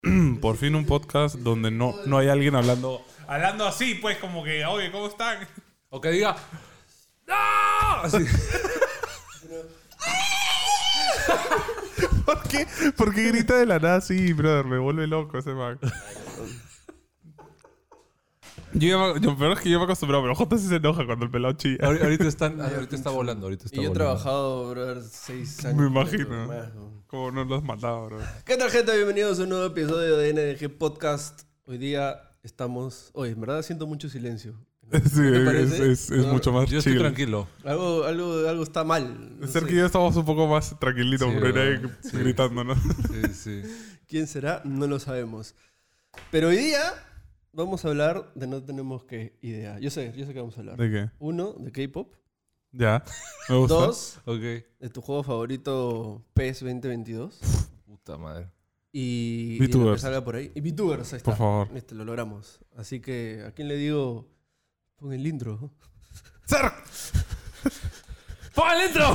Por fin un podcast donde no hay alguien hablando así, pues, como que, oye, ¿cómo están? O que diga... ¡No! Así. ¿Por qué? ¿Por qué grita de la nada así, brother? Me vuelve loco ese man. Yo peor es que yo me he acostumbrado, pero Jota sí se enoja cuando el pelado chilla. Ahorita está volando. Y yo he trabajado, brother, 6 años. Me imagino. Más. Como no lo has matado, bro. ¿Qué tal, gente? Bienvenidos a un nuevo episodio de NDG Podcast. Hoy día estamos... Oye, en verdad siento mucho silencio. Sí, ¿No te parece? es mucho más Yo estoy chill. tranquilo. Algo está mal. No Cerca sé. y yo estamos un poco más tranquilitos, Sí, pero bro. nadie Sí. gritando, ¿no? Sí. ¿Quién será? No lo sabemos. Pero hoy día vamos a hablar de no tenemos qué idea. Yo sé que vamos a hablar. ¿De qué? 1, de K-pop. Ya. Me gusta. 2, Ok. de tu juego favorito PES 2022. Puta madre. Y VTubers. lo que salga por ahí. Y VTubers, ahí está. Por favor. Lo logramos. Así que, ¿a quién le digo? Pon el intro. ¡Cerc! ¡Pon el intro!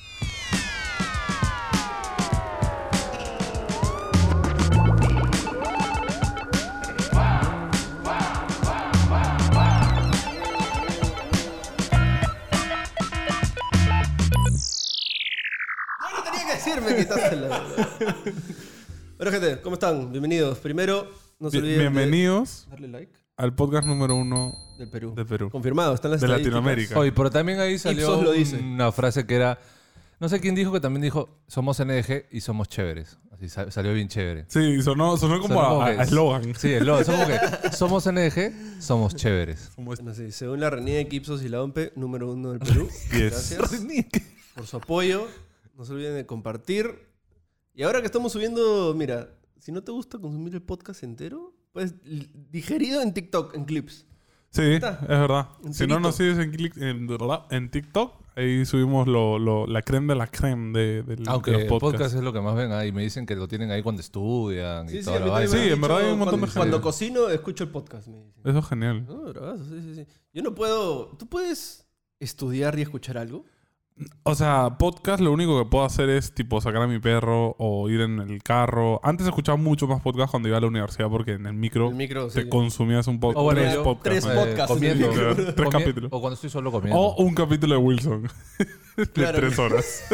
No tenía que decirme, quitásela. Bueno, gente, ¿cómo están? Bienvenidos. Primero, no se olviden Bienvenidos de darle like al podcast número 1 del Perú. de Perú. Confirmado, están las De estadísticas. Latinoamérica. Oye, pero también ahí salió Ipsos lo dice. una frase que era... No sé quién dijo que también dijo somos NDG y somos chéveres. Así salió bien chévere. Sí, sonó como Sonó como a que- eslogan. Sí, somos que somos NDG, somos chéveres. Bueno, sí, según la RENIE de Ipsos y la OMPE, número 1 del Perú. Yes. Gracias por su apoyo. No se olviden de compartir. Y ahora que estamos subiendo, mira, si no te gusta consumir el podcast entero, pues digerido en TikTok, en clips. Sí, Está. es verdad. Si Enterito. no nos sigues en TikTok, ahí subimos la creme de la creme de Aunque los el podcasts. podcast es lo que más ven ahí. Me dicen que lo tienen ahí cuando estudian y Sí, toda a la mí vaina. también me Sí, han en verdad dicho, hay un montón de cuando gente. cocino, escucho el podcast, me dicen. Eso es genial. No, bravazo, sí. Yo no puedo... ¿Tú puedes estudiar y escuchar algo? O sea, podcast lo único que puedo hacer es tipo sacar a mi perro o ir en el carro. Antes escuchaba mucho más podcast cuando iba a la universidad porque en el micro, El micro, te sí. consumías un podcast. O bueno, tres yo- podcasts. tres podcasts. comiendo. en el micro. Tres capítulos. O cuando estoy solo comiendo. O un capítulo de Wilson. De Claro. 3 horas.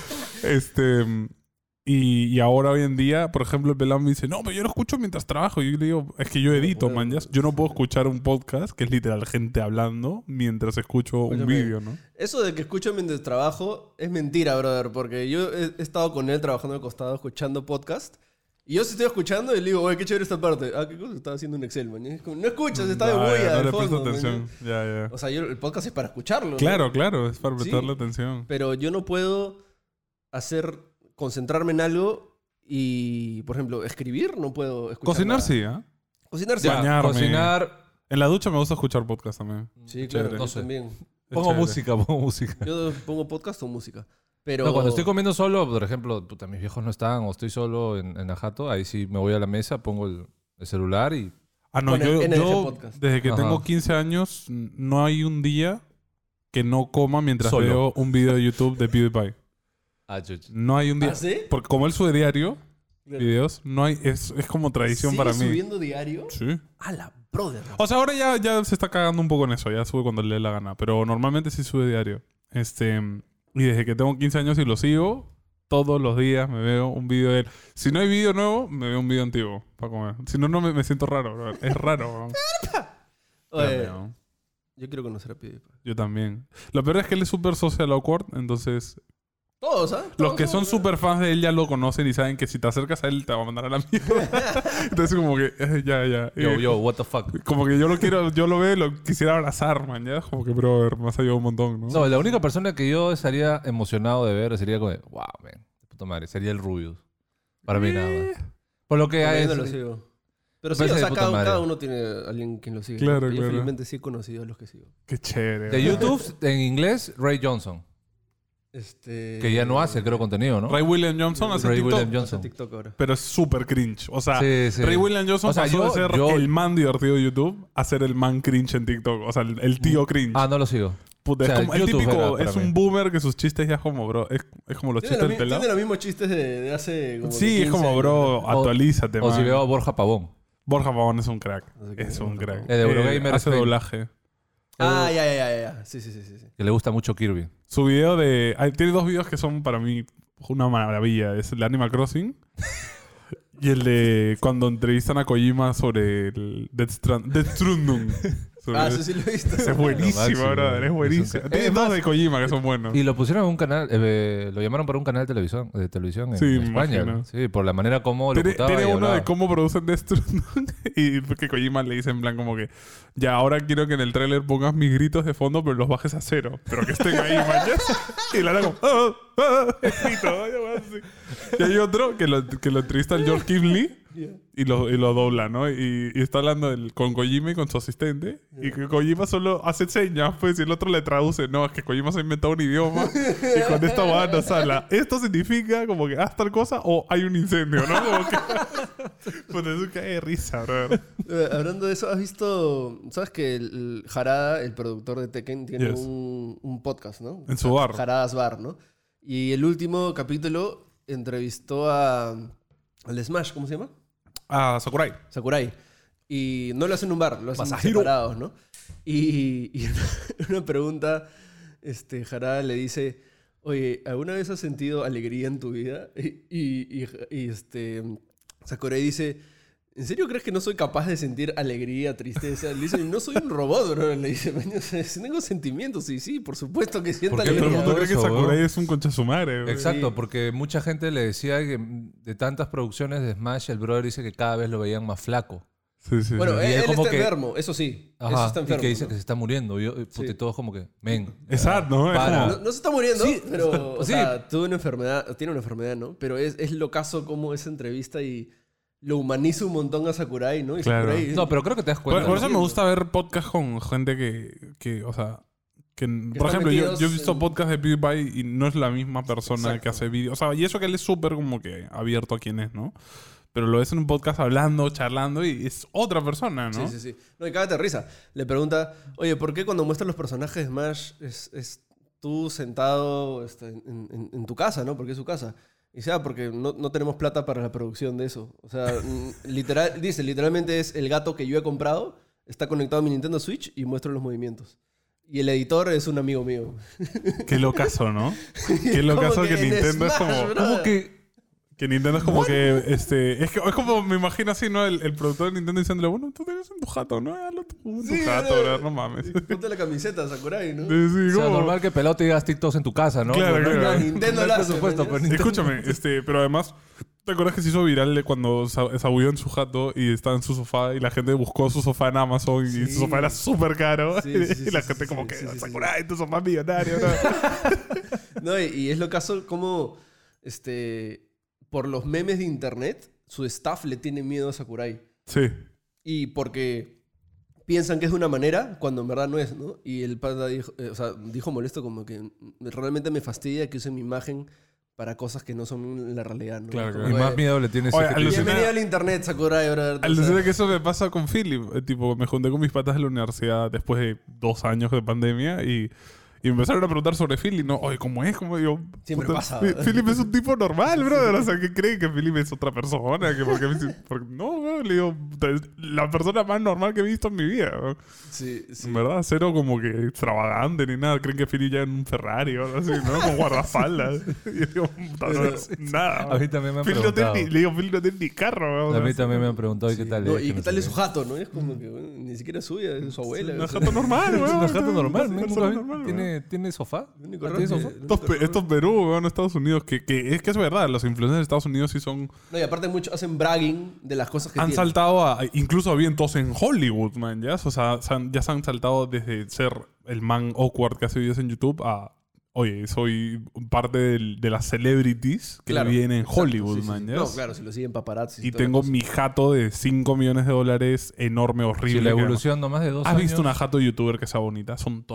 Y ahora hoy en día, por ejemplo, el pelado me dice, no, pero yo lo escucho mientras trabajo. Y yo le digo, es que yo edito, puedo. man. Yo no puedo escuchar un podcast, que es literal gente hablando, mientras escucho un Escúchame. vídeo, ¿no? Eso de que escucho mientras trabajo es mentira, brother. Porque yo he estado con él trabajando al costado, escuchando podcast. Y yo sí estoy escuchando y le digo, oye, qué chévere esta parte. Ah, qué cosa, estaba haciendo un Excel, man. Y es como, no escuchas, está de Ah, bulla ya, no de le presto fondo, man. atención. Ya. O sea, el podcast es para escucharlo, ¿no? Claro, es para Sí. prestarle atención. Pero yo no puedo concentrarme en algo y, por ejemplo, escribir, no puedo escuchar Cocinar nada. sí, ¿ah? Cocinar sí. Ya, bañarme. cocinar. En la ducha me gusta escuchar podcast también. Sí, Chévere. claro, No yo sé. también. Es Pongo chévere. música. Yo pongo podcast o música. Pero No, cuando estoy comiendo solo, por ejemplo, puta, mis viejos no están o estoy solo en la jato, ahí sí me voy a la mesa, pongo el celular y... Ah, no, Pone yo NDG Podcast. desde que Ajá. tengo 15 años, no hay un día que no coma mientras Solo. veo un video de YouTube de PewDiePie. No hay un día. ¿Ah, sí? Porque como él sube diario videos, no hay, es como tradición para mí. subiendo diario? Sí. A la brother. O sea, ahora ya se está cagando un poco en eso, ya sube cuando le dé la gana, pero normalmente sí sube diario. Y desde que tengo 15 años y lo sigo, todos los días me veo un video de él. Si no hay video nuevo, me veo un video antiguo para comer. Si no, me siento raro, bro. Es raro. bro. Oye, Espérame, yo quiero conocer a PewDiePie. yo también. Lo peor es que él es súper social awkward, entonces Todos, ¿ah? los que son súper fans de él ya lo conocen y saben que si te acercas a él te va a mandar a la mierda. Entonces como que, ya. Yo, what the fuck. Como que yo lo veo y lo quisiera abrazar, man. Ya como que, brother, me has ayudado un montón, ¿no? No, la única persona que yo estaría emocionado de ver sería como, wow, man, de puta madre, sería el Rubius. Para mí nada más. Por lo que hay... Yo no lo sigo. Pero sí, Me o parece sea, de puta madre. cada uno tiene a alguien quien lo sigue. Claro, Yo claro. felizmente sí he conocido a los que sigo. Qué chévere. De YouTube, en inglés, Ray Johnson. Que ya no hace, creo, contenido, ¿no? Ray William Johnson hace Ray TikTok, William Hace Johnson. TikTok ahora. pero es súper cringe. O sea, Sí. Ray William Johnson O sea, pasó de ser yo- el man divertido de YouTube a ser el man cringe en TikTok. O sea, el tío cringe. Ah, no lo sigo. Puta, O sea, es como el YouTube era típico, para es mí. un boomer que sus chistes ya es como, bro, es como los chistes del pelado. Tiene los mismos chistes de hace como Sí, 15 es como, años. bro, actualízate, O si man. veo a Borja Pavón. Borja Pavón es un crack. No sé qué Es un crack. El de Eurogamer hace es doblaje. Ah, ya. Sí. Que le gusta mucho Kirby. Su video de... tiene dos videos que son para mí una maravilla. Es el de Animal Crossing y el de cuando entrevistan a Kojima sobre el Death Stranding. Ah, sí, lo he visto. Es buenísimo, máximo, brother. Es buenísimo. es Tiene dos de Kojima que son buenos. Y lo pusieron en un canal, lo llamaron para un canal de televisión en Sí, me España. imagino. Sí, por la manera como lo Tiene uno de cómo producen Death Stranding y que Kojima le dice en plan como que ya, ahora quiero que en el tráiler pongas mis gritos de fondo pero los bajes a cero. Pero que estén ahí, mañas. Y la hará como... grito, así. Y hay otro que lo entrevista al George Kivley y lo dobla, ¿no? Y está hablando con Kojima y con su asistente. Y que Kojima solo hace señas, pues, y el otro le traduce. No, es que Kojima se ha inventado un idioma y con esta hueá nos habla. Esto significa como que haz tal cosa o hay un incendio, ¿no? Como que... Pues es un cae de risa, bro. Hablando de eso, ¿has visto? ¿Sabes que el Harada, el productor de Tekken, tiene Yes. un podcast, ¿no? En su bar. Harada's Bar, ¿no? Y el último capítulo entrevistó al de Smash, ¿cómo se llama? Ah, Sakurai. Sakurai. Y no lo hacen en un bar, lo hacen Masahiro. separados, ¿no? Y una pregunta, Harada le dice, oye, ¿alguna vez has sentido alegría en tu vida? Y Sakurai dice, ¿en serio crees que no soy capaz de sentir alegría, tristeza? Le dice, no soy un robot, bro. Le dice, "O sea, tengo sentimientos. Y sí, por supuesto que siento Porque Todo el alegría. mundo cree que Eso, Sakurai bro. es un concha su madre, bro. Exacto, Sí. porque mucha gente le decía que de tantas producciones de Smash, el brother dice que cada vez lo veían más flaco. Sí, sí. Bueno, sí. Y es él como está que- enfermo, eso sí. Eso Ajá, está y enfermo. que dice ¿no? que se está muriendo. Y todos como que, men. Es sad, ¿no? Es Para. como- No se está muriendo, Sí, pero o sí. sea, tuvo una enfermedad, tiene una enfermedad, ¿no? Pero es lo caso como esa entrevista y lo humaniza un montón a Sakurai, ¿no? Y Claro. Sakurai, No, pero creo que te das cuenta. Por eso ¿no? me gusta ver podcasts con gente que o sea, que por están ejemplo, metidos yo he visto en- podcasts de PewDiePie y no es la misma persona Exacto. que hace vídeos. O sea, y eso que él es súper como que abierto a quién es, ¿no? Pero lo ves en un podcast hablando, charlando y es otra persona, ¿no? Sí. No, y cágate de risa. Le pregunta, oye, ¿por qué cuando muestran los personajes de Smash es tú sentado en tu casa, ¿no? Porque es su casa. Y dice, porque no tenemos plata para la producción de eso. O sea, literalmente es el gato que yo he comprado, está conectado a mi Nintendo Switch y muestro los movimientos. Y el editor es un amigo mío. Qué locazo, ¿no? Qué locazo Como que en Nintendo es Smash, como... bro. Como que. Que Nintendo es como que, es como, me imagino así, ¿no? El productor de Nintendo diciéndole, bueno, tú tienes en tu jato, ¿no? Hazlo tú en tu Sí, jato, bro. bro, no mames. Ponte la camiseta, Sakurai, ¿no? Sí, sí, O sea, como- normal que pelado te digas TikToks en tu casa, ¿no? Claro, Porque claro. no hay Nintendo no lo hay hace, presupuesto, ¿no? pero Nintendo- Escúchame, pero además, ¿te acuerdas que se hizo viral de cuando Sabuyo en su jato y estaba en su sofá y la gente buscó su sofá en Amazon y Sí. su sofá era súper caro? Sí, y la sí, gente sí, como sí, que, sí, sí, Sakurai, tu sofá es millonario, ¿no? No, y es lo caso como, por los memes de internet, su staff le tiene miedo a Sakurai. Sí. Y porque piensan que es de una manera cuando en verdad no es, ¿no? Y el panda dijo molesto como que realmente me fastidia que usen mi imagen para cosas que no son la realidad, ¿no? Claro, Como, claro. Y más miedo le tienes Oye, a que te alucina- dicen, Bienvenido al internet, Sakurai. Alucina que eso me pasa con Philip. Tipo, me junté con mis patas de la universidad después de 2 años de pandemia y me empezaron a preguntar sobre Philip. No, oye, ¿cómo es? ¿Cómo digo? Siempre puta, pasa. Philip es un tipo normal, brother. O sea, ¿qué creen? ¿Que Philip es otra persona? No, bro, le digo, puta, es la persona más normal que he visto en mi vida, bro. Sí. En verdad, cero como que extravagante ni nada. Creen que Philip ya en un Ferrari o algo así, ¿no? Con guardaespaldas. Y yo digo, puta, no, nada. A mí también me han Philip no tiene preguntado. le digo, Philip no tiene ni carro, bro. A mí también me han preguntado, ¿y qué tal? No, es? ¿y Que qué no tal sé es su qué. jato, no? Es como que bueno, ni siquiera es suya, es de su abuela. Una o sea, jato normal, Es weón. una jato normal, Una ¿no? jato ¿Nunca vi- normal, weón. ¿Tiene sofá? el único ¿Ah, error ¿tiene que- sofá? el único error- Esto es Perú, weón, Estados Unidos. Que es que es verdad, los influencers de Estados Unidos sí son... No, y aparte mucho hacen bragging de las cosas que Han tienen. saltado a... Incluso habían todos en Hollywood, man, ¿ya? O sea, ya se han saltado desde ser el man awkward que hace videos en YouTube a... Oye, soy parte de las celebrities que Claro, vienen en exacto, Hollywood, sí, sí, man, sí. ¿ya? No, claro, si lo siguen paparazzi. Y toda la tengo cosa. mi jato de $5 millones enorme, horrible. Si la que- evolución nomás de 2 ¿Has años. visto una jato youtuber que sea bonita? Son todas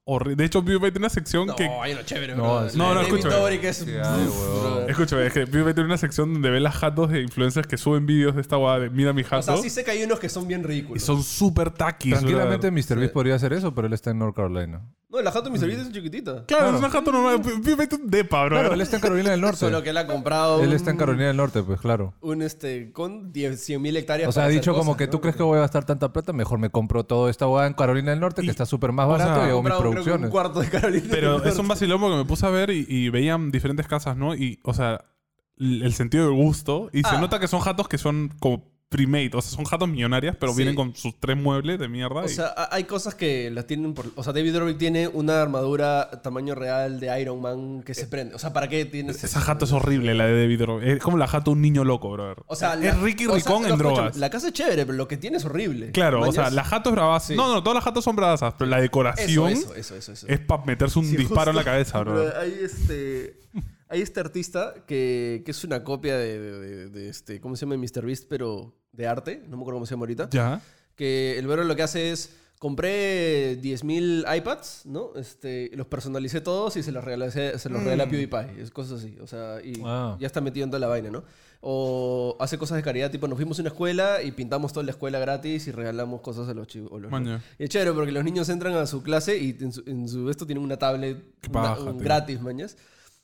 De hecho, PewDiePie tiene una sección No, que... hay una chévere, No, brother. sí. No, David escúchame. Dobrik es... Sí, ay, huevón. Escúchame, es que PewDiePie tiene una sección donde ve las jatos de influencers que suben vídeos de esta guada de mira mi jato. O sea, sí sé que hay unos que son bien Y ridículos. son súper taquis. Tranquilamente brother. MrBeast podría hacer eso, pero él está en North Carolina. No, la jato de Mr. Beast es chiquitita. Claro, es una jato normal. PewDiePie es un depa, bro. Claro, él está en Carolina del Norte. Solo que él ha comprado Él está en Carolina del Norte, pues claro. con 100.000 hectáreas. O sea, ha para hacer dicho como cosas, que ¿no? tú crees que voy a gastar tanta plata, mejor me compro todo esta hueá en Carolina del Norte, que Y- está súper más o sea, barato y Ha hago mis comprado, creo que producciones. un cuarto de Carolina. Pero del es un Norte. vacilón porque me puse a ver y veían diferentes casas, ¿no? Y, o sea, el sentido del gusto. Y se nota que son jatos que son como pre-made. O sea, son jatos millonarias, pero Sí. vienen con sus 3 muebles de mierda. O sea, hay cosas que las tienen por... O sea, David Dobrik tiene una armadura tamaño real de Iron Man que se prende. O sea, ¿para qué tienes Esa jato es horrible, la de David Dobrik. Es como la jato de un niño loco, brother. O sea, es Ricky o sea, Ricón no, en escúchame, drogas. La casa es chévere, pero lo que tiene es horrible. Claro, o ¿Mañas? sea, la jato es bravaza. Sí. No, todas las jatos son bravazas, pero la decoración Eso. es para meterse un Sí, disparo en la justo. cabeza, bro. Pero hay este artista que es una copia de este... ¿Cómo se llama? MrBeast, pero de arte. No me acuerdo cómo se llama ahorita. Ya. Que el bro lo que hace es... Compré 10.000 iPads, ¿no? Los personalicé todos y se los regalé a PewDiePie. Es cosas así. O sea, y Ah. ya está metido en toda la vaina, ¿no? O hace cosas de caridad, tipo, nos fuimos a una escuela y pintamos toda la escuela gratis y regalamos cosas a los chicos. Maña. Y es chévere porque los niños entran a su clase y en su esto tienen una tablet Qué paja, tío. gratis, mañas.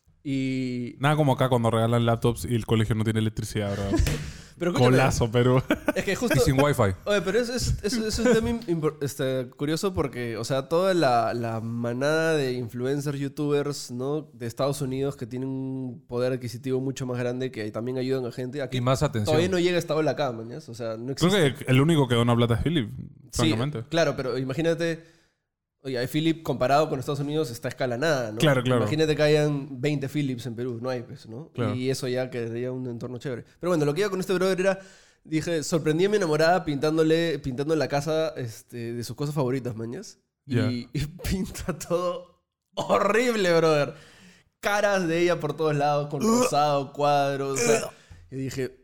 Y... Nada como acá cuando regalan laptops y el colegio no tiene electricidad, bro. Pero escúchame, Golazo, pero... es que justo... Y sin wifi. Oye, pero eso es también curioso porque, o sea, toda la manada de influencers, youtubers, ¿no? De Estados Unidos que tienen un poder adquisitivo mucho más grande que también ayudan a gente. Aquí Y más atención. todavía no llega a esta ola acá, mañas. O sea, no existe. Creo que el único que dona plata es Philip, Sí, francamente. claro, pero imagínate... Oye, Philip comparado con Estados Unidos está a escala nada, ¿no? Claro, claro. Imagínate que hayan 20 Philips en Perú, no hay, pues, ¿no? Claro. Y eso ya quedaría un entorno chévere. Pero bueno, lo que iba con este brother era... Dije, sorprendí a mi enamorada pintando la casa de sus cosas favoritas, mañas. Ya. Y pinta todo horrible, brother. Caras de ella por todos lados, con rosado, cuadros. O sea, y dije,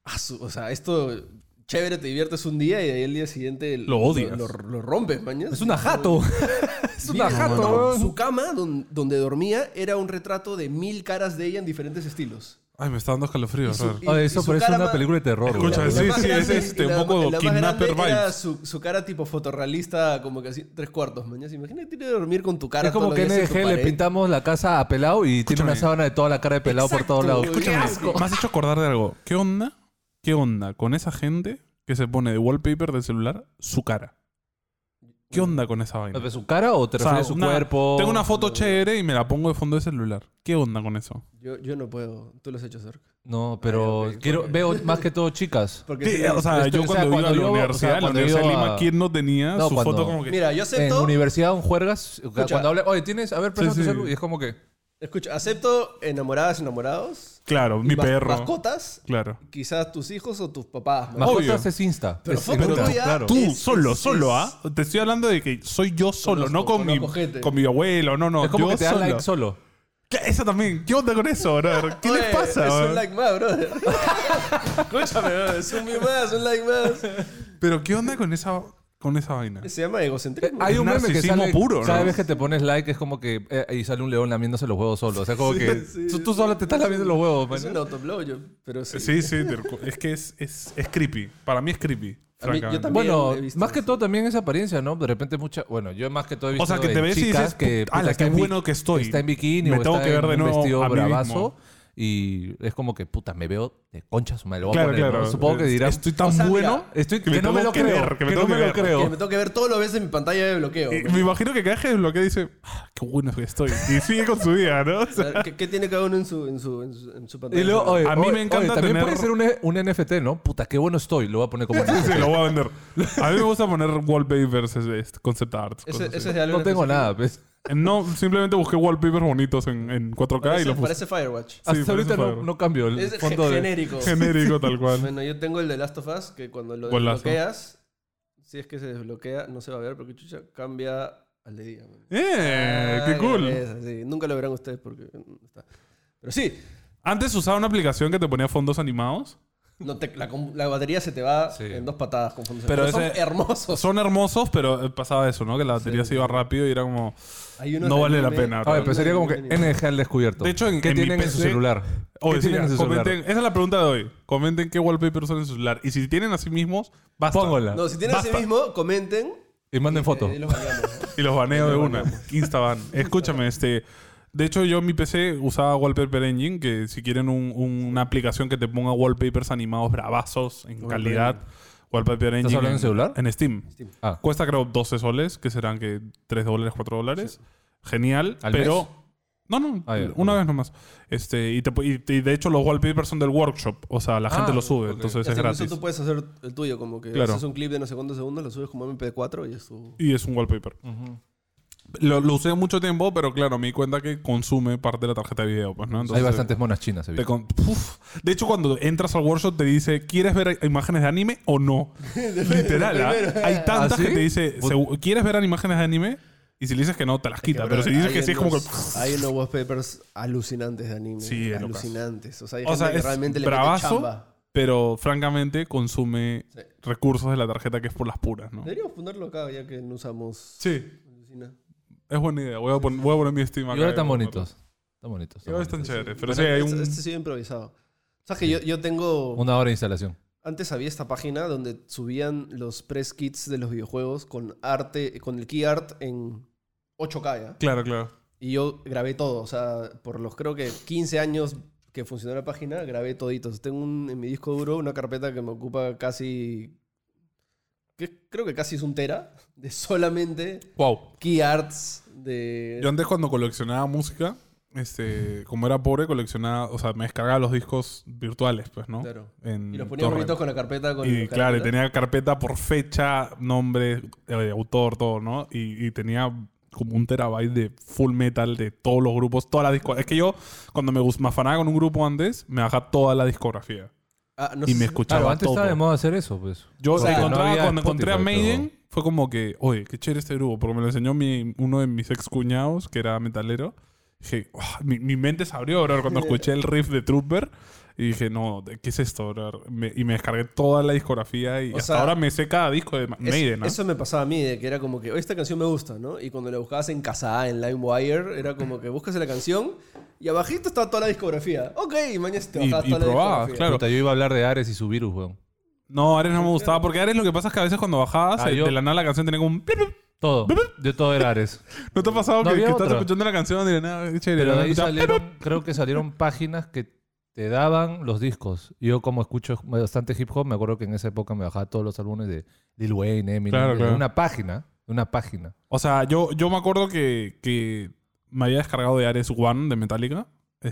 o sea, esto... Chévere, te diviertes un día y de ahí el día siguiente Lo odias. Lo rompes, mañas. Es una jato. Es una Mira, jato, no, weón. su cama donde dormía era un retrato de 1000 caras de ella en diferentes estilos. Ay, me está dando escalofríos, Y su- brother. y- Oye, eso su parece cara una más- película de terror. Escucha, weón. sí, más sí, grande- es y un poco la más kidnapper grande era vibes. su cara tipo fotorrealista, como que así, 3/4, mañas. Imagínate ir a dormir con tu cara Es como todos que los en días en tu NG le pared. pintamos la casa a pelado y tiene una Escúchame. sábana de toda la cara de pelado por todos lados. Escúchame, Escúchame. Me has hecho acordar de algo. ¿Qué onda? ¿Qué onda con esa gente que se pone de wallpaper del celular su cara? ¿Qué onda con esa vaina? ¿De su cara o te O sea, refieres a su cuerpo? Tengo una foto chévere y me la pongo de fondo de celular. ¿Qué onda con eso? Yo no puedo. Tú lo has hecho, Cerc. No, pero Ok, quiero, porque- veo más que todo chicas. Porque Sí, sí, o sea, estoy- yo o sea, cuando iba a cuando la yo- universidad, o sea, la cuando Universidad de iba Lima, a- ¿quién no tenía No, su cuando- foto como que... mira, En yo acepto... universidad, un juergas, cuando hablé, oye, tienes, a ver, préstame Sí, tu sí. celu, y es como que, Escucha, acepto enamoradas, enamorados. Claro, mi y perro. Mascotas. Claro. Quizás tus hijos o tus papás. ¿no? Obvio. mascotas es Insta. Pero Es foto Insta, tuya- claro. Tú, Es- solo, es- solo, es- ¿ah? Te estoy hablando de que soy yo solo, no con conozco gente. con mi abuelo, no. Es como yo que te das solo. like solo. ¿Qué? Eso también. ¿Qué onda con eso, brother? ¿Qué Oye, les pasa, Es brother? un like más, brother. Escúchame, brother. Es un view más, un like más. Pero ¿qué onda con esa vaina? Se llama egocentrismo. Hay un meme que narcisismo sale, puro, ¿no? cada vez que te pones like es como que y sale un león lamiéndose los huevos solo. O sea, como que tú solo te estás lamiendo los huevos. Es man. un autoblow, pero sí. Sí, es que es creepy. Para mí es creepy, A mí- yo francamente. también. Bueno, he visto más que eso. todo también esa apariencia, ¿no? De repente bueno, yo más que todo he visto O sea, que te en ves y chicas dices, que "Ala, puta, está qué en bueno que estoy. Está en bikini Me o tengo está que ver en de un nuevo vestido a mí bravazo. mismo. Y es como que, puta, me veo de conchas, me lo voy a Claro, poner, claro. ¿no? Supongo que dirán, Estoy tan O sea, bueno mira, que no me lo creo, que me que tengo no me que lo ver. creo. Que me tengo que ver todos los veces en mi pantalla de bloqueo. Y me imagino que cada vez que desbloquea dice, qué bueno que estoy. Y sigue con su vida, ¿no? O O sea, sea, ¿qué tiene cada uno en su pantalla? Y luego, oye, A mí me oye, encanta también tener- puede ser un NFT, ¿no? Puta, qué bueno estoy. Lo voy a poner como sí, NFT. lo voy a vender. A mí me gusta poner wallpapers, concept art. Ese, cosas ese así. es de algo No tengo específico. nada, pues. No, simplemente busqué wallpapers bonitos en 4K y Parece, los puse. parece Firewatch. Sí, Hasta ahorita parece no cambio el Es fondo de... genérico. Genérico, tal cual. Bueno, yo tengo el de Last of Us, que cuando lo Golazo. desbloqueas, si es que se desbloquea, no se va a ver porque chucha cambia al de día. man. ¡Qué cool! Sí, nunca lo verán ustedes porque no está. Pero sí, Antes usaba una aplicación que te ponía fondos animados. La batería se te va Sí. en 2 patadas. Pero Pero son ese- hermosos. Son hermosos, pero pasaba eso, ¿no? Que la batería se iba rápido y era como... Hay unos No de vale la anime- pena, A ver, pero sería como que NG al descubierto. De hecho, en- ¿qué en mi tienen en su PC celular? Oye, ¿Qué sí, tienen en su celular? comenten, esa es la pregunta de hoy. Comenten qué wallpaper usan en su celular. Y si tienen a sí mismos, basta. Pónganla. No, si tienen ese Basta. mismo, comenten. Y manden fotos. Y los bañamos, ¿no? Y los baneo Y de los una. baneamos. Instaban. Escúchame, de hecho, yo en mi PC usaba Wallpaper Engine, que si quieren una aplicación que te ponga wallpapers animados bravazos en Wallpaper calidad. Wallpaper Engine. hablando en celular? En Steam. Ah, Cuesta creo 12 soles, que serán que $3, $4. Genial, ¿Al pero... mes? No, Ah, ya, una ok. vez nomás. Y de hecho los wallpapers son del workshop. O sea, la gente los sube, ok. entonces es Incluso gratis. tú puedes hacer el tuyo, como que Claro. haces un clip de no sé cuántos segundos, lo subes como MP4 y es tu... Y es un wallpaper. Lo usé mucho tiempo, pero claro, me di cuenta que consume parte de la tarjeta de video, pues, ¿no? hay Entonces, bastantes monas chinas. he te visto. De hecho, cuando entras al workshop te dice, ¿quieres ver imágenes de anime o no? Literal, ¿ah? Hay tantas ¿Ah, sí? que te dice, ¿quieres ver imágenes de anime? Y si le dices que no, te las quita. Pero si dices que sí, es como que... Hay unos wallpapers alucinantes de anime. Sí, alucinantes. O sea, hay O sea, gente que es realmente le mete bravazo, chamba. pero francamente consume Sí. recursos de la tarjeta que es por las puras, ¿no? Deberíamos ponerlo acá, ya que no usamos... Sí, Alucina. es buena idea. Voy a poner mi Steam acá. Igual están bonitos. Están bonitos. Igual están chéveres. Pero Bueno, sí, hay este un... sí improvisado. ¿Sabes que yo tengo... Una hora de instalación. Antes había esta página donde subían los press kits de los videojuegos con arte, con el key art en 8K, ¿ya? Claro, claro. Y yo grabé todo. O sea, por los creo que 15 años que funcionó la página, grabé toditos. Tengo en mi disco duro una carpeta que me ocupa casi... creo que casi es 1 tera de solamente Wow. key arts de... Yo antes cuando coleccionaba música, como era pobre, coleccionaba, o sea, me descargaba los discos virtuales, pues, ¿no? Claro. En Y los ponía torrent. bonitos con la carpeta. Con Y los claro, y carpetas. tenía carpeta por fecha, nombre, autor, todo, ¿no? Y tenía como 1 terabyte de full metal de todos los grupos, toda la discografía. Es que yo, cuando me afanaba con un grupo antes, me bajaba toda la discografía. Ah, no Y sé me si- escuchaba Claro, antes todo. estaba de moda hacer eso, pues. Yo O sea, encontraba, no había cuando encontré a Spotify, Maiden, fue como que, oye, qué chévere este grupo, porque me lo enseñó uno de mis ex cuñados, que era metalero. Dije, "Uah", mi mente se abrió, bro, cuando escuché el riff de Trooper. Y dije, no, ¿qué es esto, bro? Y me descargué toda la discografía y O hasta sea, ahora me sé cada disco de Maiden, ¿no? Eso me pasaba a mí, de que era como que, oye, esta canción me gusta, ¿no? Y cuando la buscabas en Kazaa, en LimeWire, era como que buscas la canción y abajito estaba toda la discografía. Ok, mañana te Y- bajabas y toda la probabas, discografía. claro. Puta, yo iba a hablar de Ares y su virus, weón. No, Ares no me gustaba, porque Ares lo que pasa es que a veces cuando bajabas, Ah, yo- de la nada la canción tenía como un... plip, plip. Todo. De todo era Ares. ¿No te ha pasado No que había estás otra. escuchando la canción y de nada, qué chévere? Pero de ¿no? ahí Escuchas, salieron, creo que salieron páginas que te daban los discos. Yo como escucho bastante hip hop, me acuerdo que en esa época me bajaba todos los álbumes de Lil Wayne, Eminem, Claro, de claro. una página. O sea, yo me acuerdo que me había descargado de Ares One de Metallica.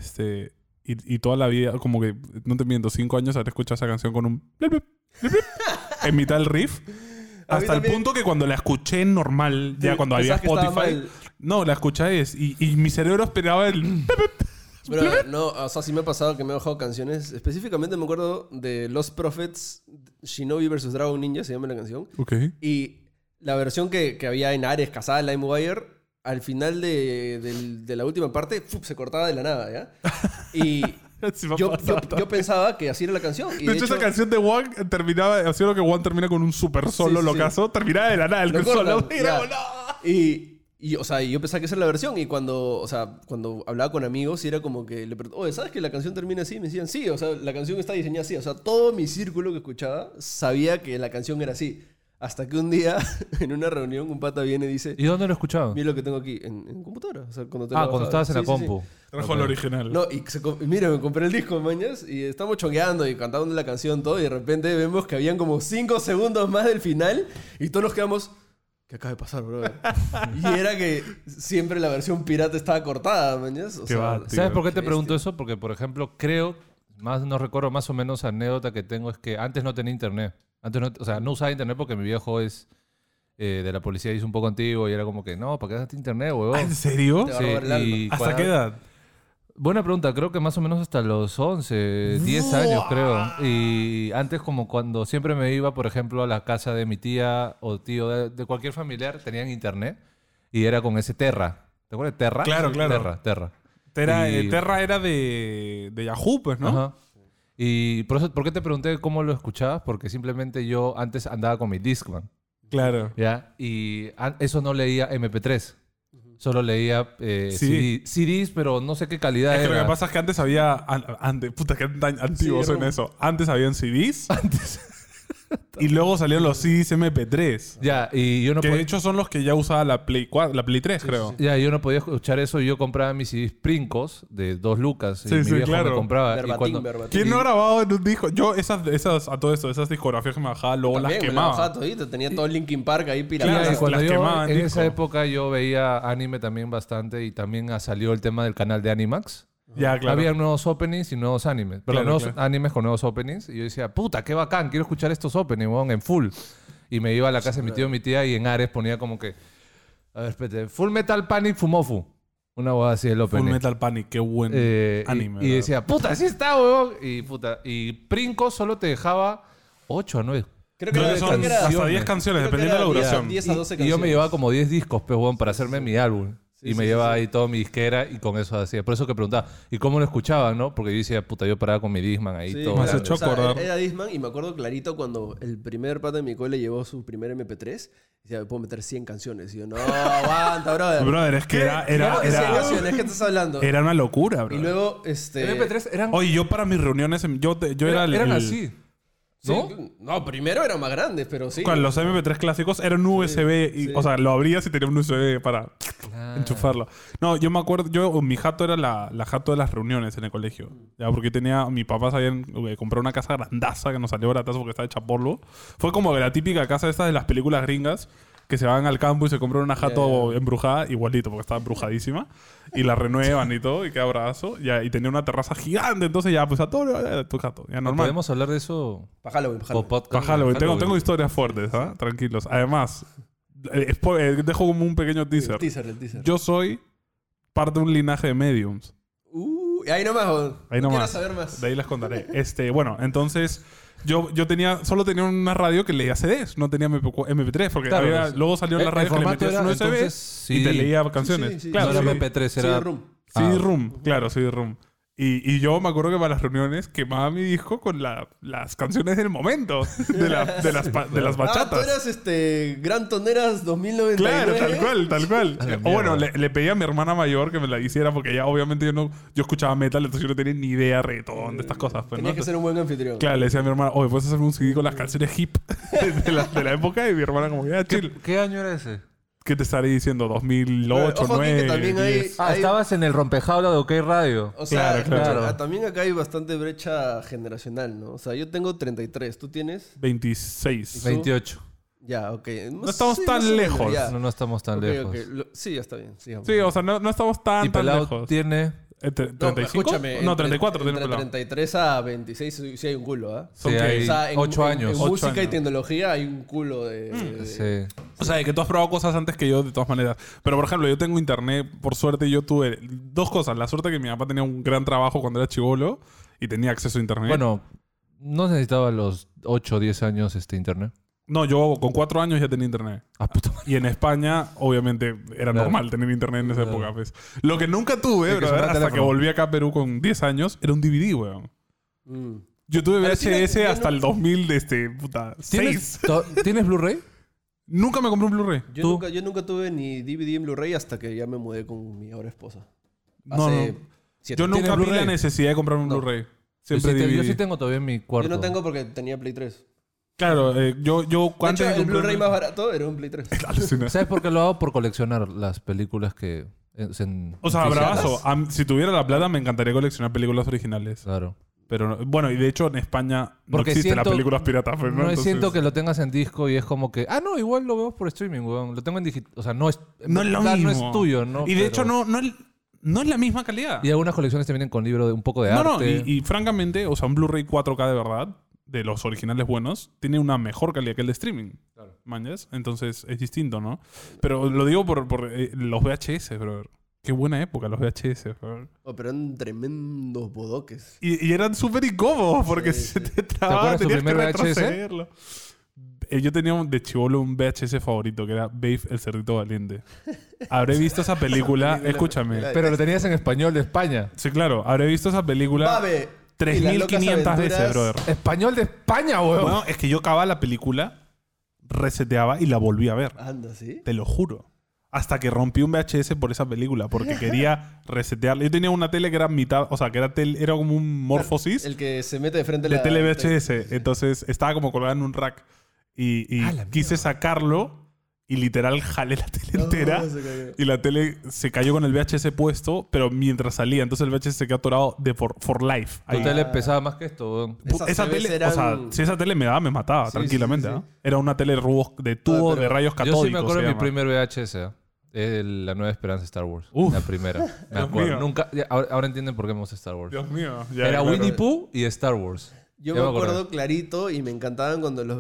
Y toda la vida, como que, no te miento, 5 años habré escuchado esa canción con un... plip, plip, plip, plip, en mitad del riff. A mí Hasta el también. punto que cuando la escuché normal, ya Sí, cuando había pensabas que estaba Spotify... mal. No, la escuché y mi cerebro esperaba el... Pero no, o sea, sí me ha pasado que me he bajado canciones. Específicamente me acuerdo de Lost Prophets, Shinobi vs. Dragon Ninja, se llama la canción. Ok. Y la versión que había en Ares, Kazaa, LimeWire, al final de la última parte, ¡fup! Se cortaba de la nada, ¿ya? Y Sí me ha yo pasado. pensaba que así era la canción. Y De hecho, esa canción de One terminaba... Así lo que One termina con un super solo, Sí, sí, locazo. Terminaba de la nada el Lo solo. cortan, Y era ya. como, ¡no! O sea, yo pensaba que esa era la versión. Y cuando hablaba con amigos, y era como que le preguntaba, oye, ¿sabes que la canción termina así? Y me decían, sí, o sea, la canción está diseñada así. O sea, todo mi círculo que escuchaba sabía que la canción era así. Hasta que un día, en una reunión, un pata viene y dice, ¿Y dónde lo escuchaban? mira lo que tengo aquí, en computadora. O sea, cuando te Ah, lo cuando bajabas. estabas en la Sí, sí, sí. compu. Trajo Ok. el original. No, y mira, me compré el disco, mañas, y estamos chongueando y cantando la canción todo, y de repente vemos que habían como 5 segundos más del final, y todos nos quedamos, ¿qué acaba de pasar, bro? Y era que siempre la versión pirata estaba cortada, mañas. O Qué sea, va, tío. ¿Sabes por qué qué te pregunto bestia. eso? Porque, por ejemplo, no recuerdo más o menos anécdota que tengo, es que antes no tenía internet. Antes no, o sea, no usaba internet porque mi viejo es de la policía y es un poco antiguo y era como que, no, ¿para qué usaste internet, Ah, huevón? ¿en serio? Te va a robar el alma. y ¿Hasta cuando- qué edad? Buena pregunta, creo que más o menos hasta los 11, 10 años creo. Y antes como cuando siempre me iba, por ejemplo, a la casa de mi tía o tío de cualquier familiar, tenían internet y era con ese Terra. ¿Te acuerdas de Terra? Claro, claro. Terra. Terra Y- era de Yahoo, pues, ¿no? Ajá. Y ¿por qué te pregunté cómo lo escuchabas? Porque simplemente yo antes andaba con mi Discman, Claro. ¿ya? Y eso no leía MP3. Solo leía Sí. CDs, pero no sé qué calidad Es que era. lo que pasa es que antes había... Antes, puta, qué tan antiguos en eso. Antes habían CDs Antes. y luego salieron los CDs MP3. Ya, y yo no Que de podía... hecho son los que ya usaba la Play 4, la Play 3, creo. Ya, yo no podía escuchar eso y yo compraba mis CDs Princos de 2 lucas. Y Sí, mi sí, viejo claro. me compraba. Verbatim, y cuando... verbatim. ¿Quién no ha grabado en un disco? Yo a todo esto, esas discografías que me bajaba, luego También las me la quemaba. bajaba todito. Tenía todo Linkin Park ahí Ya, pirata. Claro, y cuando las yo quemaban en disco. esa época yo veía anime también bastante y también salió el tema del canal de Animax. Ya, claro. Había nuevos openings y nuevos animes. Pero Claro, nuevos claro. animes con nuevos openings. Y yo decía, puta, qué bacán, quiero escuchar estos openings, weón, en full. Y me iba a la casa de mi tío y mi tía y en Ares ponía como que... A ver, espérate. Full Metal Panic Fumofu. Una hueá así el opening. Full Metal Panic, qué buen anime. Y ¿verdad? decía, puta, así está, weón. Y puta. Y Princo solo te dejaba 8 a 9. Creo Creo que que son era- hasta 10 canciones, creo que dependiendo de la era duración. 10 a 12 Y yo me canciones. llevaba como 10 discos, pues, weón, para hacerme mi álbum. Sí, Y me sí, llevaba sí. ahí todo mi disquera y con eso hacía. Por eso que preguntaba, ¿y cómo lo escuchaban, no? Porque yo decía, puta, yo paraba con mi Discman ahí Sí, todo. Me has grande. hecho o sea, acordar. era Discman y me acuerdo clarito cuando el primer pata de mi cole llevó su primer MP3. Decía, me puedo meter 100 canciones. Y yo, no, aguanta, brother. Brother, es que era 100 era canciones, ¿qué estás hablando? era una locura, bro. Y luego, El MP3 eran, Oye, yo para mis reuniones, yo era eran el- así. Sí, ¿no? no, primero eran más grandes, pero sí. Con los MP3 clásicos era un USB, y, sí. o sea, lo abrías y tenía un USB para Claro. enchufarlo. No, yo me acuerdo, mi jato era la jato de las reuniones en el colegio. Ya, porque mi papá sabían comprar una casa grandaza que nos salió baratazo porque estaba hecha polvo. Fue como que la típica casa esta de las películas gringas que se van al campo y se compran una jato embrujada, igualito, porque estaba embrujadísima. Y la renuevan y todo, y queda bravazo. Ya, y tenía una terraza gigante, entonces ya, pues a todo, tu jato, ya normal. ¿Podemos hablar de eso Pa' Halloween, pa' por Halloween. podcast? Para Halloween. Tengo Halloween. historias fuertes, ¿ah? Tranquilos. Además, dejo como un pequeño El teaser. teaser. Yo soy parte de un linaje de mediums. Y ahí nomás, weón. Ahí No nomás. quiero saber más. De ahí les contaré. Bueno, entonces yo solo tenía una radio que leía CDs, no tenía MP3, porque Claro, había- pues, luego salió la el radio que le formato metías era, un USB entonces, y te sí. leía canciones. Sí, sí, claro, no era sí. MP3, era... CD-ROM. CD-ROOM, claro, CD-ROOM. Y yo me acuerdo que para las reuniones quemaba mi disco con las canciones del momento, de las Ah, tú bachatas. eras Gran Toneras 2099. Claro, tal cual. A la O bueno, mierda. le pedí a mi hermana mayor que me la hiciera porque ella obviamente yo escuchaba metal, entonces yo no tenía ni idea de reggaetón, de estas cosas. Pues, Tenías ¿no? que ser un buen anfitrión. Claro, le decía a mi hermana, oye, ¿puedes hacerme un CD con las canciones hip de la época? Y mi hermana como, ya, chill. ¿Qué año era ese? ¿Qué te estaré diciendo? 2008, Ojo aquí que 2009, también hay- 10. Ah, estabas en el rompejaula de OK Radio. O sea, Claro. también acá hay bastante brecha generacional, ¿no? O sea, yo tengo 33, ¿tú tienes? 26. 28. Ya, ok. No estamos tan más o menos, lejos. ya. No estamos tan Ok, lejos. ok. Sí, ya está bien. Sigamos. Sí, o sea, no estamos tan Y Pelado lejos. tiene... No, 35. escúchame. No, 34 tiene entre pelado. 33 a 26 sí hay un culo, ¿ah? Son Sí, que- hay O sea, en 8 en- años. En, 8 música y años. tecnología hay un culo de... Sí. O sea, que tú has probado cosas antes que yo, de todas maneras. Pero, por ejemplo, yo tengo internet. Por suerte, yo tuve dos cosas. La suerte que mi papá tenía un gran trabajo cuando era chibolo y tenía acceso a internet. Bueno, no necesitaba los 8 o 10 años internet. No, yo con 4 años ya tenía internet. Ah, puta madre. Y en España, obviamente, era Claro. normal tener internet en esa Claro. época. Pues. Lo que nunca tuve, Sí, que brother, sonaba hasta que teléfono. volví acá a Perú con 10 años, era un DVD, weón. Mm. Yo tuve Pero sí, VHS yo hasta no- el 2000, puta, 6. ¿Tienes Blu-ray? Nunca me compré un Blu-ray. ¿Tú? Yo nunca tuve ni DVD en Blu-ray hasta que ya me mudé con mi ahora esposa. No, Hace no. 7 Yo nunca ¿Tienes vi la Blu-ray? necesidad de comprarme un No. Blu-ray. Yo Siempre sí, DVD. yo sí tengo todavía en mi cuarto. Yo no tengo porque tenía Play 3. Claro, yo De hecho, antes de el comprarme- Blu-ray más barato era un Play 3. Alucina. ¿Sabes por qué lo hago? Por coleccionar las películas que... O sea, en bravazo. físicas. Si tuviera la plata, me encantaría coleccionar películas originales. Claro. Pero, bueno, y de hecho en España Porque no existen las siento- películas piratas. Pues, ¿no? No Entonces, siento que lo tengas en disco y es como que... Ah, no, igual lo vemos por streaming, weón. Lo tengo en digital. O sea, no es... no es lo no mismo. es tuyo, ¿no? Y de Pero- hecho no es la misma calidad. Y algunas colecciones te vienen con libro de un poco de No, arte. y francamente, o sea, un Blu-ray 4K de verdad, de los originales buenos, tiene una mejor calidad que el de streaming. Claro. ¿Mañas? Entonces es distinto, ¿no? Pero lo digo por los VHS, bro. Qué buena época los VHS, bro. Oh, pero eran tremendos bodoques. Y eran súper incómodos porque Sí, se sí. te trababa, acuerdas tu tenías que primer VHS? retrocederlo. Yo tenía de chibolo un VHS favorito que era Babe el cerdito valiente. Habré visto esa película, escúchame. Era- Pero lo tenías en español de España. Sí, claro, habré visto esa película. Babe, 3.500 veces, brother. Español de España, weón. Bueno, es que yo acababa la película, reseteaba y la volví a ver. Anda, ¿sí? Te lo juro. Hasta que rompí un VHS por esa película, porque quería resetearla. Yo tenía una tele que era mitad, o sea, que era como un Morphosis El que se mete de frente a de la... tele VHS. Entonces estaba como colgada en un rack. Y quise sacarlo y literal jalé la tele entera. se cayó. Y la tele se cayó con el VHS puesto, pero mientras salía. Entonces el VHS se quedó atorado de for life. Tu Ahí. tele pesaba más que esto, weón. Esas Esa TVs tele, eran- o sea, si esa tele me daba, me mataba Sí, tranquilamente. sí, sí, ¿ah? Era una tele de tubo pero de rayos Yo catódicos. sí me acuerdo se de mi llama. primer VHS, ¿eh? Es La Nueva Esperanza de Star Wars. Uf. La primera. Me Dios acuerdo. mío. Nunca, ya, ahora entienden por qué me gusta Star Wars. Dios mío. Ya, Era claro. Winnie Pooh y Star Wars. Yo Ya me acordé. acuerdo clarito y me encantaban cuando los